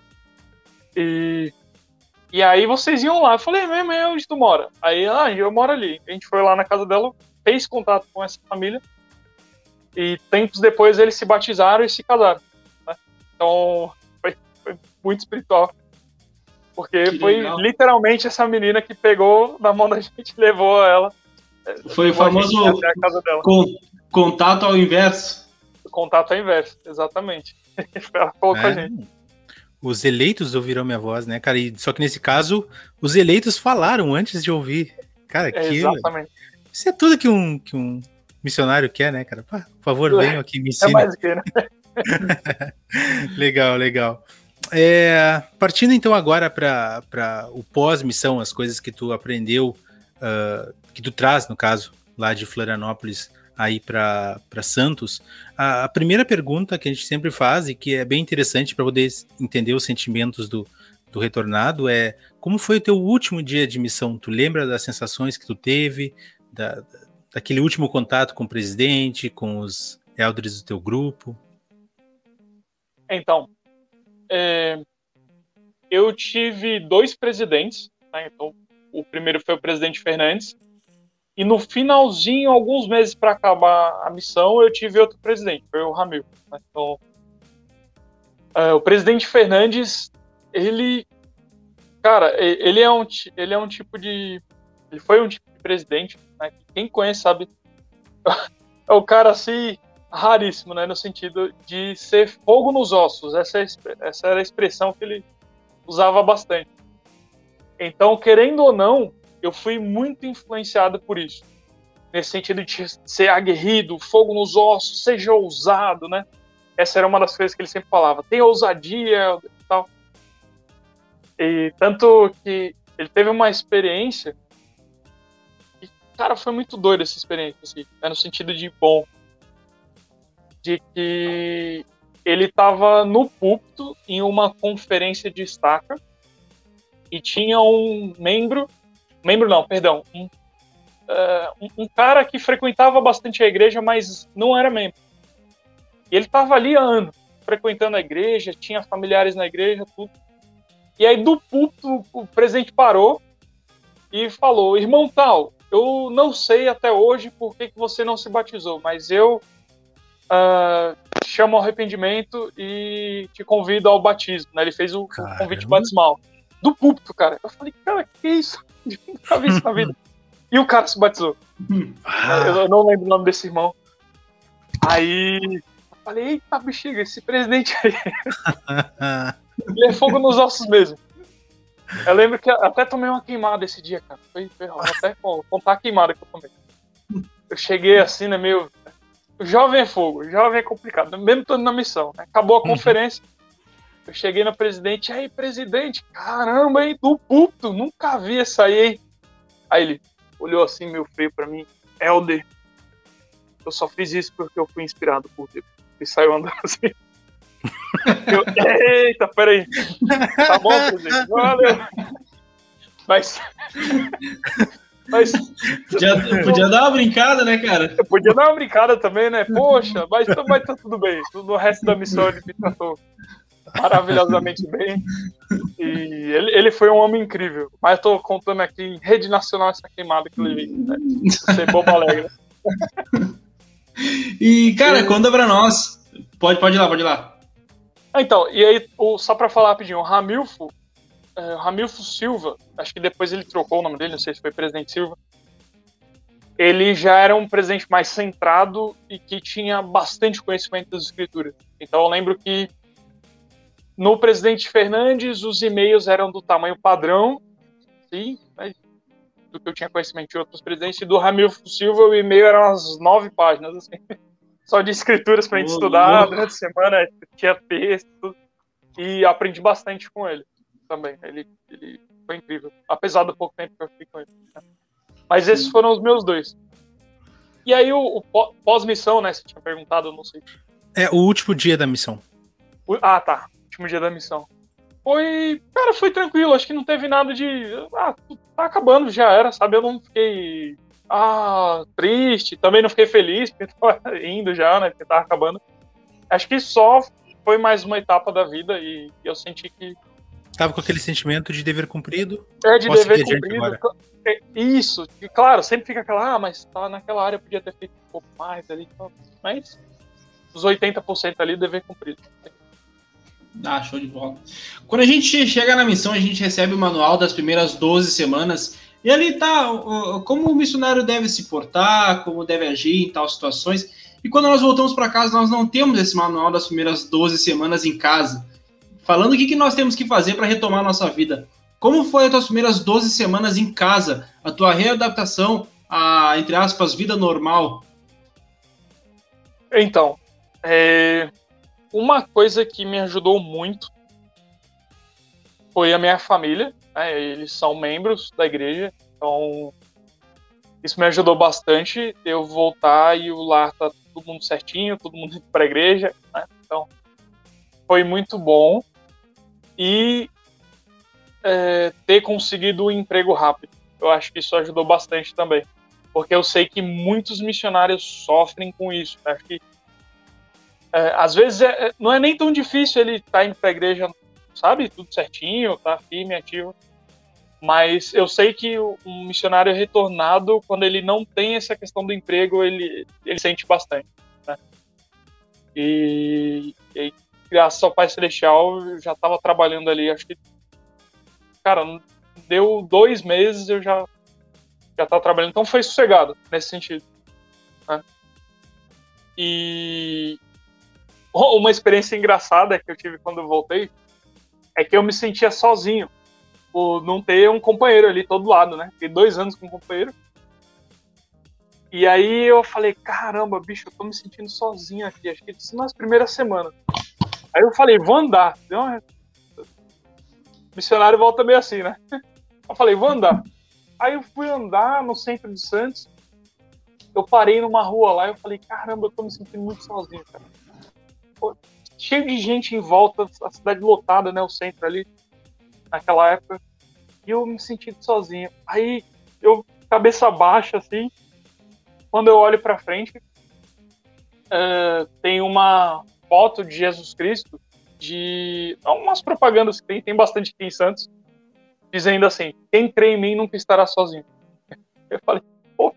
E aí vocês iam lá. Eu falei: mesmo, onde tu mora? Aí ela: eu moro ali. A gente foi lá na casa dela, fez contato com essa família, e tempos depois eles se batizaram e se casaram, né? Então foi muito espiritual, porque foi literalmente essa menina que pegou na mão da gente e levou ela. Foi o famoso contato ao inverso. Contato ao inverso, exatamente. Ela falou com a gente. Os eleitos ouviram minha voz, né, cara? Só que nesse caso, os eleitos falaram antes de ouvir. Cara, exatamente. Isso é tudo que um missionário quer, né, cara? Por favor, venham aqui, me ensinem. É mais do que, né? Legal. Partindo então agora para o pós-missão, as coisas que tu aprendeu, que tu traz, no caso, lá de Florianópolis aí para Santos. A primeira pergunta que a gente sempre faz, e que é bem interessante para poder entender os sentimentos do retornado, é: como foi o teu último dia de missão? Tu lembra das sensações que tu teve, daquele último contato com o presidente, com os elders do teu grupo? Então, eu tive 2 presidentes, né? Então, o primeiro foi o presidente Fernandes, e no finalzinho, alguns meses para acabar a missão, eu tive outro presidente, foi o Ramil, né? Então, o presidente Fernandes, ele foi um tipo de presidente, né? Quem conhece sabe, é o cara assim raríssimo, né, no sentido de ser fogo nos ossos. Essa era a expressão que ele usava bastante. Então, querendo ou não, eu fui muito influenciado por isso, nesse sentido de ser aguerrido, fogo nos ossos, seja ousado, né? Essa era uma das coisas que ele sempre falava: tenha ousadia e tal. E tanto que ele teve uma experiência e, cara, foi muito doida essa experiência, assim, né, no sentido de bom, de que ele estava no púlpito em uma conferência de estaca e tinha um um cara que frequentava bastante a igreja, mas não era membro. E ele estava ali há anos, frequentando a igreja, tinha familiares na igreja, tudo. E aí do púlpito o presidente parou e falou: irmão tal, eu não sei até hoje por que você não se batizou, mas eu te chamo ao arrependimento e te convido ao batismo, né? Ele fez o convite batismal. Do púlpito, cara. Eu falei: cara, que isso? Nunca vi isso na vida. E o cara se batizou. Eu não lembro o nome desse irmão. Aí eu falei: eita bexiga, esse presidente aí ele é fogo nos ossos mesmo. Eu lembro que até tomei uma queimada esse dia, cara. Foi até contar a queimada que eu tomei. Eu cheguei assim, né, meio... Jovem é fogo, jovem é complicado, mesmo estando na missão, né? Acabou a conferência, eu cheguei no presidente: aí, presidente, caramba, hein, do púlpito, nunca vi essa aí, hein? Aí ele olhou assim, meio feio pra mim: Helder, eu só fiz isso porque eu fui inspirado por Deus. E saiu andando assim. Eita, peraí. Tá bom, presidente, valeu. Mas podia dar uma brincada, né, cara? Eu podia dar uma brincada também, né? Poxa, mas tá tudo bem. No resto da missão ele me tratou maravilhosamente bem. E ele foi um homem incrível. Mas eu tô contando aqui em rede nacional essa queimada que eu levei. Né? Sem boba alegre. E, cara, conta pra nós. Pode ir lá. Então, e aí, só pra falar rapidinho, o Ramilfo Silva, acho que depois ele trocou o nome dele, não sei se foi Presidente Silva, ele já era um presidente mais centrado e que tinha bastante conhecimento das escrituras. Então eu lembro que no presidente Fernandes os e-mails eram do tamanho padrão, sim, né, do que eu tinha conhecimento de outros presidentes, e do Ramilfo Silva o e-mail era umas 9 páginas, assim, só de escrituras pra gente estudar durante a semana, tinha texto, e aprendi bastante com ele também. Ele foi incrível, apesar do pouco tempo que eu fiquei com ele. Né? Mas esses foram os meus 2. E aí o pós-missão, né? Você tinha perguntado, eu não sei. O último dia da missão. Tá. Último dia da missão. Foi tranquilo. Acho que não teve nada de... tá acabando, já era, sabe? Eu não fiquei... triste. Também não fiquei feliz, porque tava indo já, né? Porque tava acabando. Acho que só foi mais uma etapa da vida e eu senti que... Tava com aquele sentimento de dever cumprido. De dever cumprido. Isso. E claro, sempre fica aquela, mas tá naquela área, podia ter feito um pouco mais ali. Mas os 80% ali, dever cumprido. Show de bola. Quando a gente chega na missão, a gente recebe o manual das primeiras 12 semanas. E ali tá como o missionário deve se portar, como deve agir em tais situações. E quando nós voltamos para casa, nós não temos esse manual das primeiras 12 semanas em casa. Falando o que nós temos que fazer para retomar a nossa vida. Como foi as tuas primeiras 12 semanas em casa? A tua readaptação à, entre aspas, vida normal? Então, uma coisa que me ajudou muito foi a minha família. Né? Eles são membros da igreja, então isso me ajudou bastante. Eu voltar e o lar tá todo mundo certinho, todo mundo indo para a igreja. Né? Então, foi muito bom. E ter conseguido um emprego rápido. Eu acho que isso ajudou bastante também. Porque eu sei que muitos missionários sofrem com isso. Né? Acho que às vezes não é nem tão difícil ele estar indo para a igreja, sabe? Tudo certinho, tá firme, ativo. Mas eu sei que um missionário retornado, quando ele não tem essa questão do emprego, ele sente bastante. Né? E graças ao Pai Celestial, eu já estava trabalhando ali, acho que, cara, deu 2 meses, eu já estava trabalhando, então foi sossegado, nesse sentido. Né? E uma experiência engraçada que eu tive quando eu voltei, é que eu me sentia sozinho, por não ter um companheiro ali todo lado, né? Fiquei 2 anos com um companheiro, e aí eu falei, caramba, bicho, eu tô me sentindo sozinho aqui, acho que isso nas primeiras semanas. Aí eu falei, vou andar. Missionário volta meio assim, né? Eu falei, vou andar. Aí eu fui andar no centro de Santos. Eu parei numa rua lá e eu falei, caramba, eu tô me sentindo muito sozinho, cara. Pô, cheio de gente em volta, a cidade lotada, né? O centro ali, naquela época. E eu me senti sozinho. Aí eu, cabeça baixa, assim, quando eu olho pra frente, tem uma foto de Jesus Cristo, de umas propagandas que tem bastante aqui em Santos, dizendo assim, quem crê em mim nunca estará sozinho. Eu falei, pô,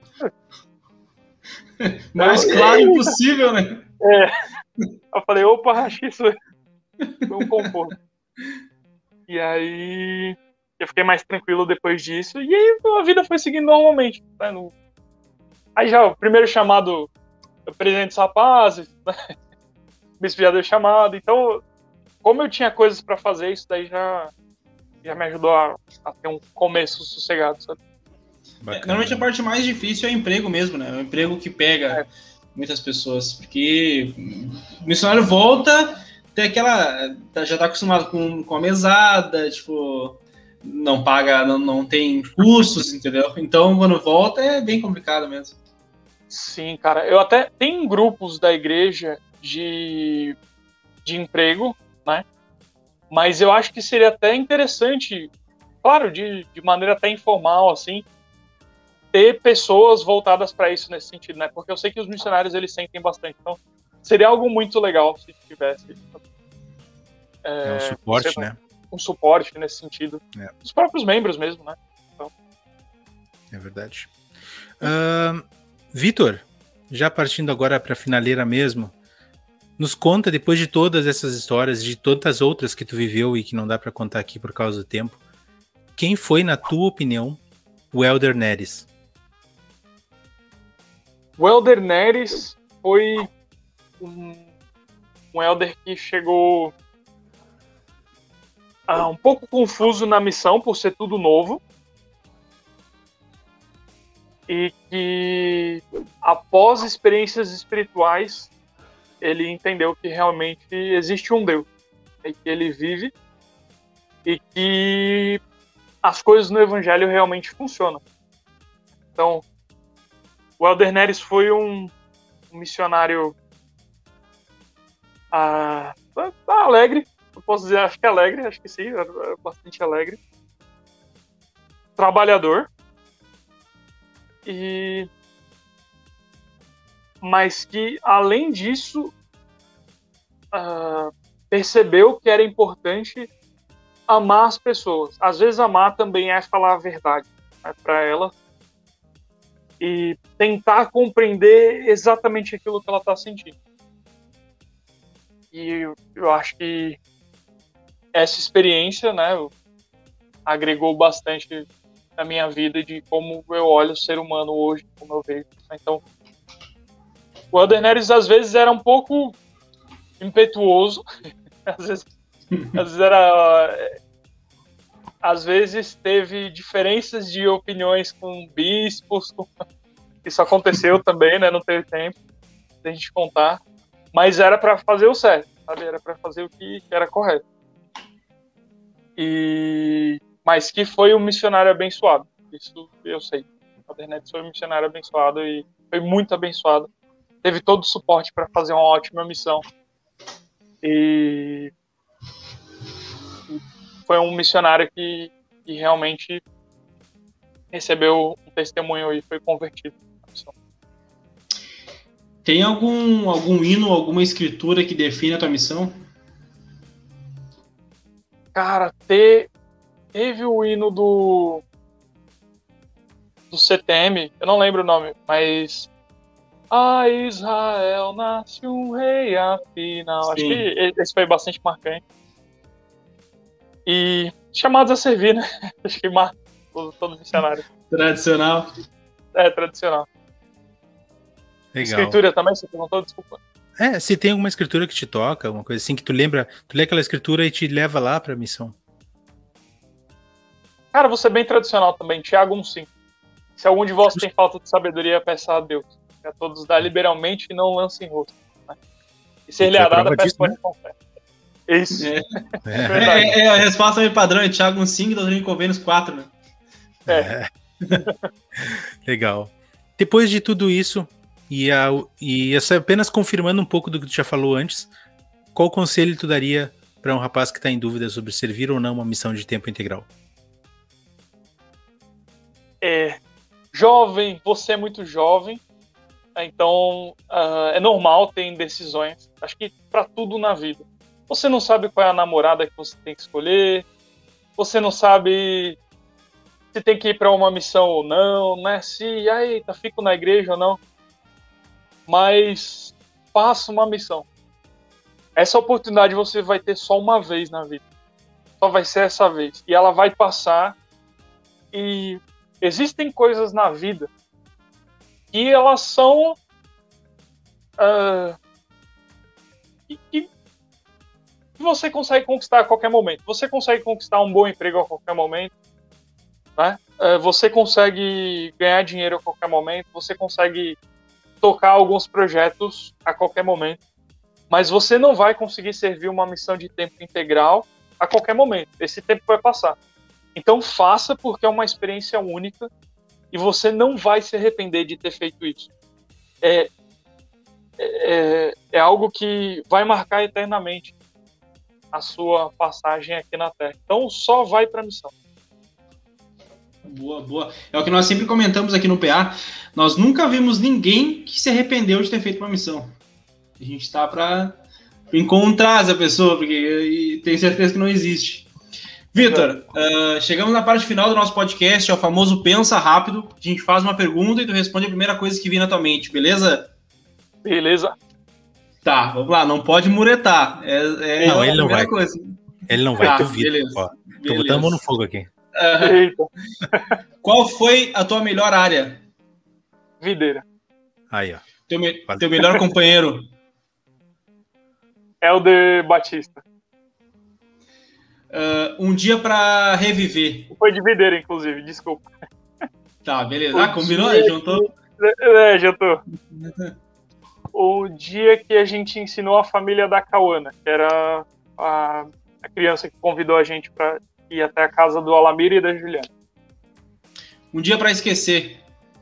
mais claro impossível, né? Eu falei, opa, acho que isso foi um conforto. E aí eu fiquei mais tranquilo depois disso, e aí a vida foi seguindo normalmente. Né? Aí já o primeiro chamado, o presidente dos rapazes, né? Bispo já deu chamado, então como eu tinha coisas para fazer, isso daí já me ajudou a ter um começo sossegado, sabe? Normalmente a parte mais difícil é o emprego mesmo, né? É o emprego que pega muitas pessoas, porque o missionário volta, tem aquela, já tá acostumado com a mesada, tipo, não paga, não tem custos, entendeu? Então quando volta é bem complicado mesmo. Sim, cara, eu até tenho grupos da igreja de emprego, né? Mas eu acho que seria até interessante claro, de maneira até informal, assim, ter pessoas voltadas para isso nesse sentido, né? Porque eu sei que os missionários, eles sentem bastante. Então, seria algo muito legal se tivesse Um suporte, né? Um suporte nesse sentido. Os próprios membros mesmo, né? Então. É verdade. Vitor, já partindo agora para a finaleira mesmo, nos conta, depois de todas essas histórias, de tantas outras que tu viveu e que não dá para contar aqui por causa do tempo, quem foi, na tua opinião, o Elder Neres? O Elder Neres foi um Elder que chegou um pouco confuso na missão, por ser tudo novo, e que, após experiências espirituais, ele entendeu que realmente existe um Deus, e que ele vive, e que as coisas no Evangelho realmente funcionam. Então, o Elder Neres foi um missionário alegre, eu posso dizer, acho que sim, bastante alegre, trabalhador, mas que, além disso, percebeu que era importante amar as pessoas. Às vezes amar também é falar a verdade, né, para elas, e tentar compreender exatamente aquilo que ela está sentindo. E eu acho que essa experiência, né, agregou bastante na minha vida de como eu olho o ser humano hoje, como eu vejo. Então, o Elder Neres às vezes era um pouco impetuoso, às vezes teve diferenças de opiniões com bispos, isso aconteceu também, né? Não teve tempo de a gente contar, mas era para fazer o certo, sabe? Era para fazer o que era correto. Mas que foi um missionário abençoado, isso eu sei. O Elder Neres foi um missionário abençoado e foi muito abençoado. Teve todo o suporte para fazer uma ótima missão. E foi um missionário que realmente recebeu um testemunho e foi convertido na missão. Tem algum hino, alguma escritura que define a tua missão? Cara, teve o hino do CTM, eu não lembro o nome, mas a Israel nasce um rei afinal. Sim. Acho que esse foi bastante marcante. E chamados a servir, né? Acho que marca todo missionário. Tradicional. Tradicional. Legal. Escritura também, você perguntou? Desculpa. Se tem alguma escritura que te toca, alguma coisa assim que tu lembra, tu lê aquela escritura e te leva lá pra missão. Cara, vou ser bem tradicional também. Tiago 1,5. Se algum de vós tem falta de sabedoria, peça a Deus. A todos dá liberalmente e não lança em rosto. Né? E se ele é dado, peça pode confiar. Isso. A resposta é padrão, é Tiago 1,5 e Doutrina e Convênios 4, né? Legal. Depois de tudo isso, e apenas confirmando um pouco do que tu já falou antes, qual conselho tu daria para um rapaz que está em dúvida sobre servir ou não uma missão de tempo integral? Jovem, você é muito jovem, então é normal ter indecisões. Acho que para tudo na vida. Você não sabe qual é a namorada que você tem que escolher, você não sabe se tem que ir para uma missão ou não, né? Se, fico na igreja ou não. Mas faça uma missão. Essa oportunidade você vai ter só uma vez na vida. Só vai ser essa vez. E ela vai passar. E existem coisas na vida que elas são que você consegue conquistar a qualquer momento. Você consegue conquistar um bom emprego a qualquer momento, né? Você consegue ganhar dinheiro a qualquer momento, você consegue tocar alguns projetos a qualquer momento, mas você não vai conseguir servir uma missão de tempo integral a qualquer momento. Esse tempo vai passar. Então faça, porque é uma experiência única e você não vai se arrepender de ter feito isso. É algo que vai marcar eternamente a sua passagem aqui na Terra. Então só vai para a missão. Boa. É o que nós sempre comentamos aqui no PA. Nós nunca vimos ninguém que se arrependeu de ter feito uma missão. A gente tá para encontrar essa pessoa, porque tenho certeza que não existe. Vitor, chegamos na parte final do nosso podcast, é o famoso Pensa Rápido. A gente faz uma pergunta e tu responde a primeira coisa que vir na tua mente, beleza? Beleza. Tá, vamos lá, não pode muretar. Não, ele não vai. Coisa. Ele não vai, Tá, duvido. beleza. Ó, tô botando a mão no fogo aqui. Eita. Qual foi a tua melhor área? Videira. Aí, ó. Teu melhor companheiro? Helder Batista. Um dia pra reviver. Foi de videira, inclusive, desculpa. Tá, beleza. Combinou? Juntou? Juntou. O dia que a gente ensinou a família da Cauana, que era a criança que convidou a gente pra ir até a casa do Alamir e da Juliana. Um dia pra esquecer.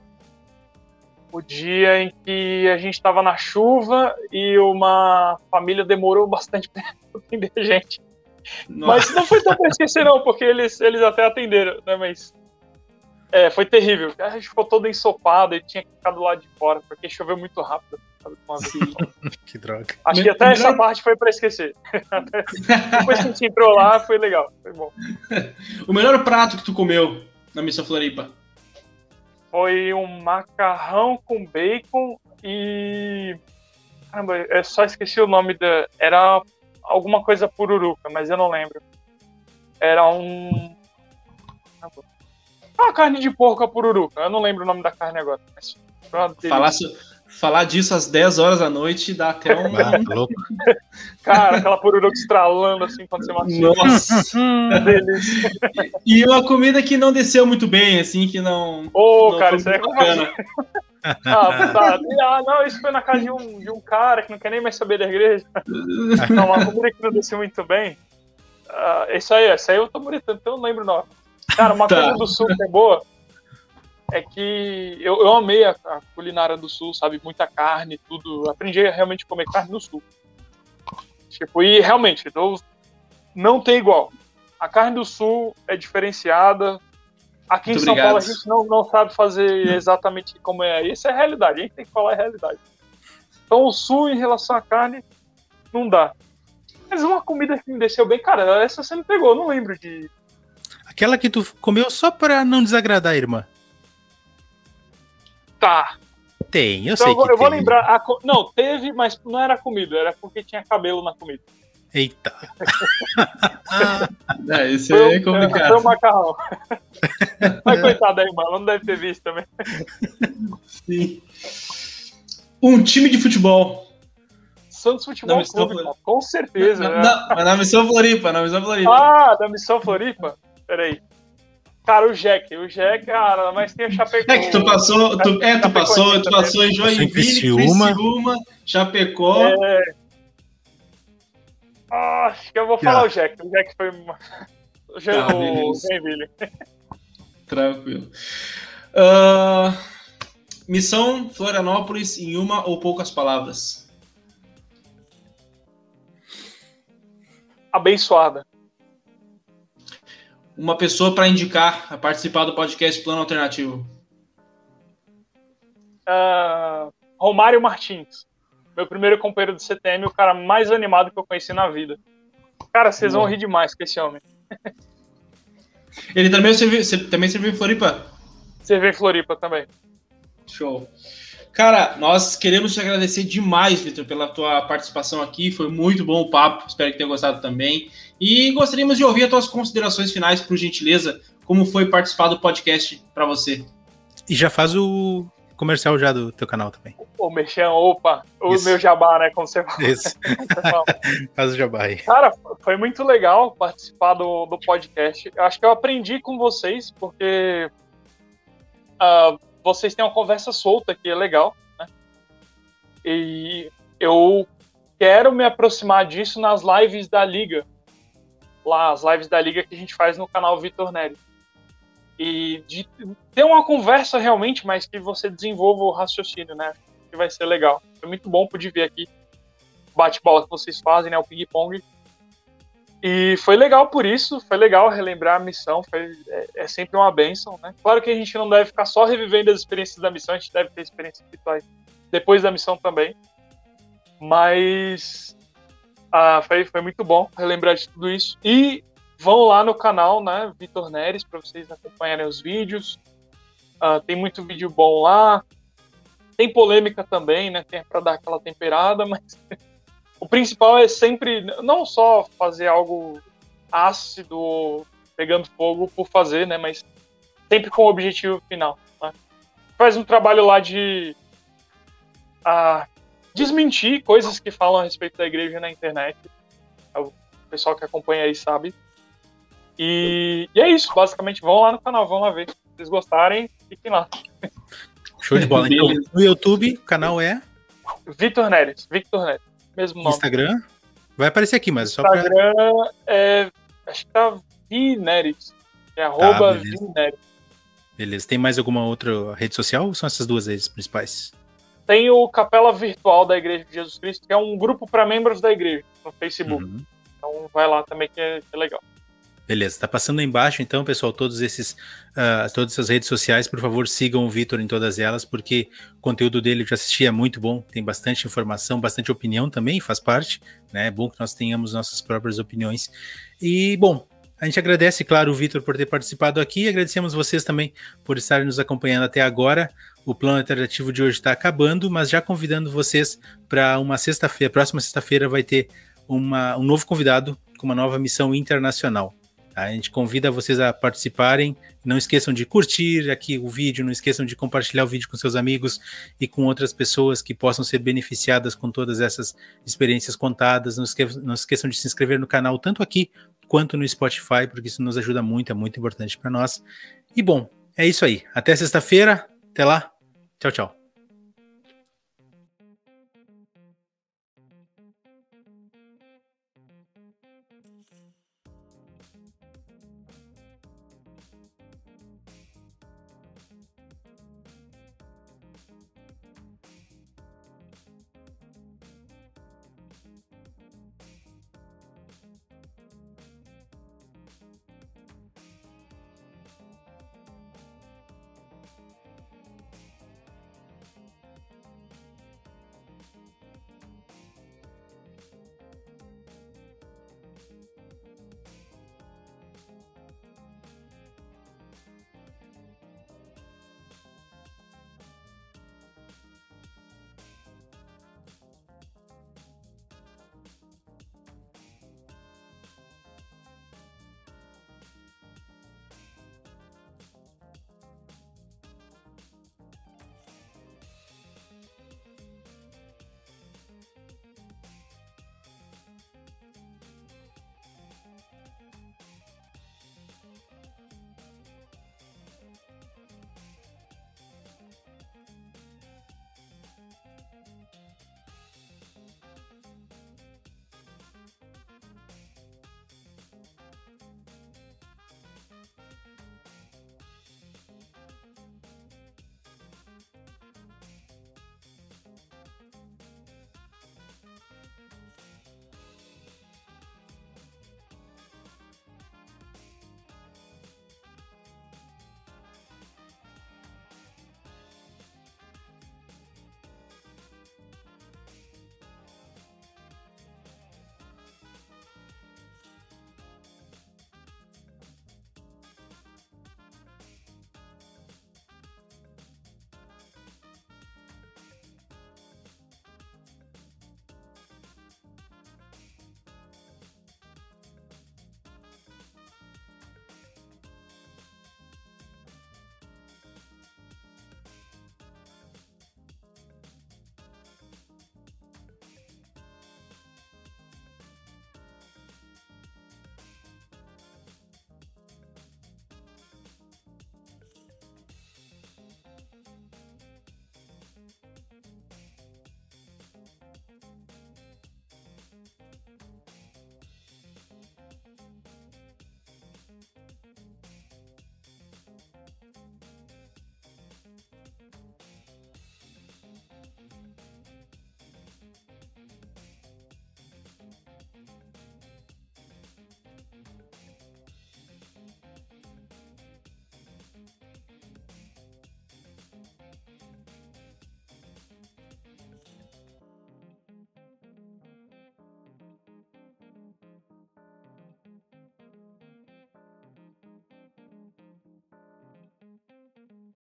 O dia em que a gente estava na chuva e uma família demorou bastante para atender a gente. Nossa. Mas não foi tão pra esquecer não, porque eles até atenderam, né? Mas foi terrível. A gente ficou todo ensopado e tinha que ficar do lado de fora, porque choveu muito rápido. Que droga. Acho que até essa parte foi pra esquecer. Depois que a gente entrou lá, foi legal, foi bom. O melhor prato que tu comeu na Missão Floripa? Foi um macarrão com bacon e... Caramba, eu só esqueci o nome da... Era alguma coisa pururuca, mas eu não lembro. Era uma carne de porco a pururuca. Eu não lembro o nome da carne agora. Mas falar disso às 10 horas da noite dá até um... louco. Cara, aquela pururuca estralando assim quando você mastiga. Nossa! Delícia. E uma comida que não desceu muito bem, assim, que não... Cara, isso aí é bacana. Não, isso foi na casa de um cara que não quer nem mais saber da igreja. Não, uma comida que não desceu muito bem. Isso aí eu tô bonitando, então eu não lembro não. Cara, uma coisa do sul que é boa é que eu amei a culinária do sul, sabe? Muita carne, tudo. Aprendi a realmente comer carne no sul. Tipo, e realmente, não tem igual. A carne do sul é diferenciada. Aqui muito em São Paulo a gente não sabe fazer exatamente como é. Isso é a realidade, a gente tem que falar a realidade. Então o sul em relação à carne, não dá. Mas uma comida que me desceu bem, cara, essa você me pegou, eu não lembro de... Aquela que tu comeu só pra não desagradar a irmã. Tá. Tem, eu então sei que eu vou lembrar. Não, teve, mas não era comida, era porque tinha cabelo na comida. Eita. Isso é complicado. Foi um macarrão. Mas coitada da irmã, ela não deve ter visto também. Sim. Um time de futebol. Santos Futebol Clube, com certeza. Na Missão Floripa, da Missão Floripa? Peraí. Cara, o Jack, cara, mas tem o Chapecó. Tu passou em Joinville, Criciúma, Chapecó. Acho que eu vou falar o Jack foi o Joinville. Tranquilo. Missão Florianópolis em uma ou poucas palavras. Abençoada. Uma pessoa para indicar a participar do podcast Plano Alternativo. Romário Martins. Meu primeiro companheiro do CTM, o cara mais animado que eu conheci na vida. Cara, vocês vão rir demais com esse homem. Ele também serviu em Floripa? Serviu em Floripa também. Show. Cara, nós queremos te agradecer demais, Vitor, pela tua participação aqui. Foi muito bom o papo, espero que tenha gostado também. E gostaríamos de ouvir as tuas considerações finais, por gentileza, como foi participar do podcast para você. E já faz o comercial já do teu canal também. O Merchan, opa, isso. O meu jabá, né, como você fala. Isso. Faz o jabá aí. Cara, foi muito legal participar do podcast. Eu acho que eu aprendi com vocês, porque vocês têm uma conversa solta que é legal, né? E eu quero me aproximar disso nas lives da Liga. Lá, as lives da Liga que a gente faz no canal Vitor Neri. E de ter uma conversa realmente, mas que você desenvolva o raciocínio, né? Que vai ser legal. Foi muito bom poder ver aqui o bate-bola que vocês fazem, né? O ping-pong. E foi legal por isso, foi legal relembrar a missão, é sempre uma bênção, né? Claro que a gente não deve ficar só revivendo as experiências da missão, a gente deve ter experiências espirituais depois da missão também. Mas foi muito bom relembrar de tudo isso. E vão lá no canal, né, Vitor Neres, para vocês acompanharem os vídeos. Tem muito vídeo bom lá. Tem polêmica também, né? Tem para dar aquela temperada, mas o principal é sempre não só fazer algo ácido, pegando fogo por fazer, né? Mas sempre com o objetivo final. Né? Faz um trabalho lá de desmentir coisas que falam a respeito da igreja na internet. O pessoal que acompanha aí sabe. E é isso, basicamente. Vão lá no canal, vão lá ver. Se vocês gostarem, fiquem lá. Show de bola. Então, no YouTube, o canal é? Victor Neres. Mesmo nome. Instagram? Vai aparecer aqui, mas só Instagram acho que tá Vineres. É @Vineres. Beleza. Tem mais alguma outra rede social ou são essas duas aí as principais? Tem o Capela Virtual da Igreja de Jesus Cristo, que é um grupo para membros da igreja, no Facebook. Uhum. Então vai lá também que é legal. Beleza, tá passando aí embaixo, então, pessoal, todas essas redes sociais, por favor, sigam o Vitor em todas elas, porque o conteúdo dele eu já assisti, é muito bom, tem bastante informação, bastante opinião também, faz parte, né? É bom que nós tenhamos nossas próprias opiniões. E, bom, a gente agradece, claro, o Vitor por ter participado aqui, e agradecemos vocês também por estarem nos acompanhando até agora. O plano alternativo de hoje está acabando, mas já convidando vocês para uma sexta-feira, próxima sexta-feira vai ter um novo convidado com uma nova missão internacional. A gente convida vocês a participarem, não esqueçam de curtir aqui o vídeo, não esqueçam de compartilhar o vídeo com seus amigos e com outras pessoas que possam ser beneficiadas com todas essas experiências contadas, não esqueçam de se inscrever no canal, tanto aqui quanto no Spotify, porque isso nos ajuda muito, é muito importante para nós. E bom, é isso aí, até sexta-feira, até lá, tchau, tchau.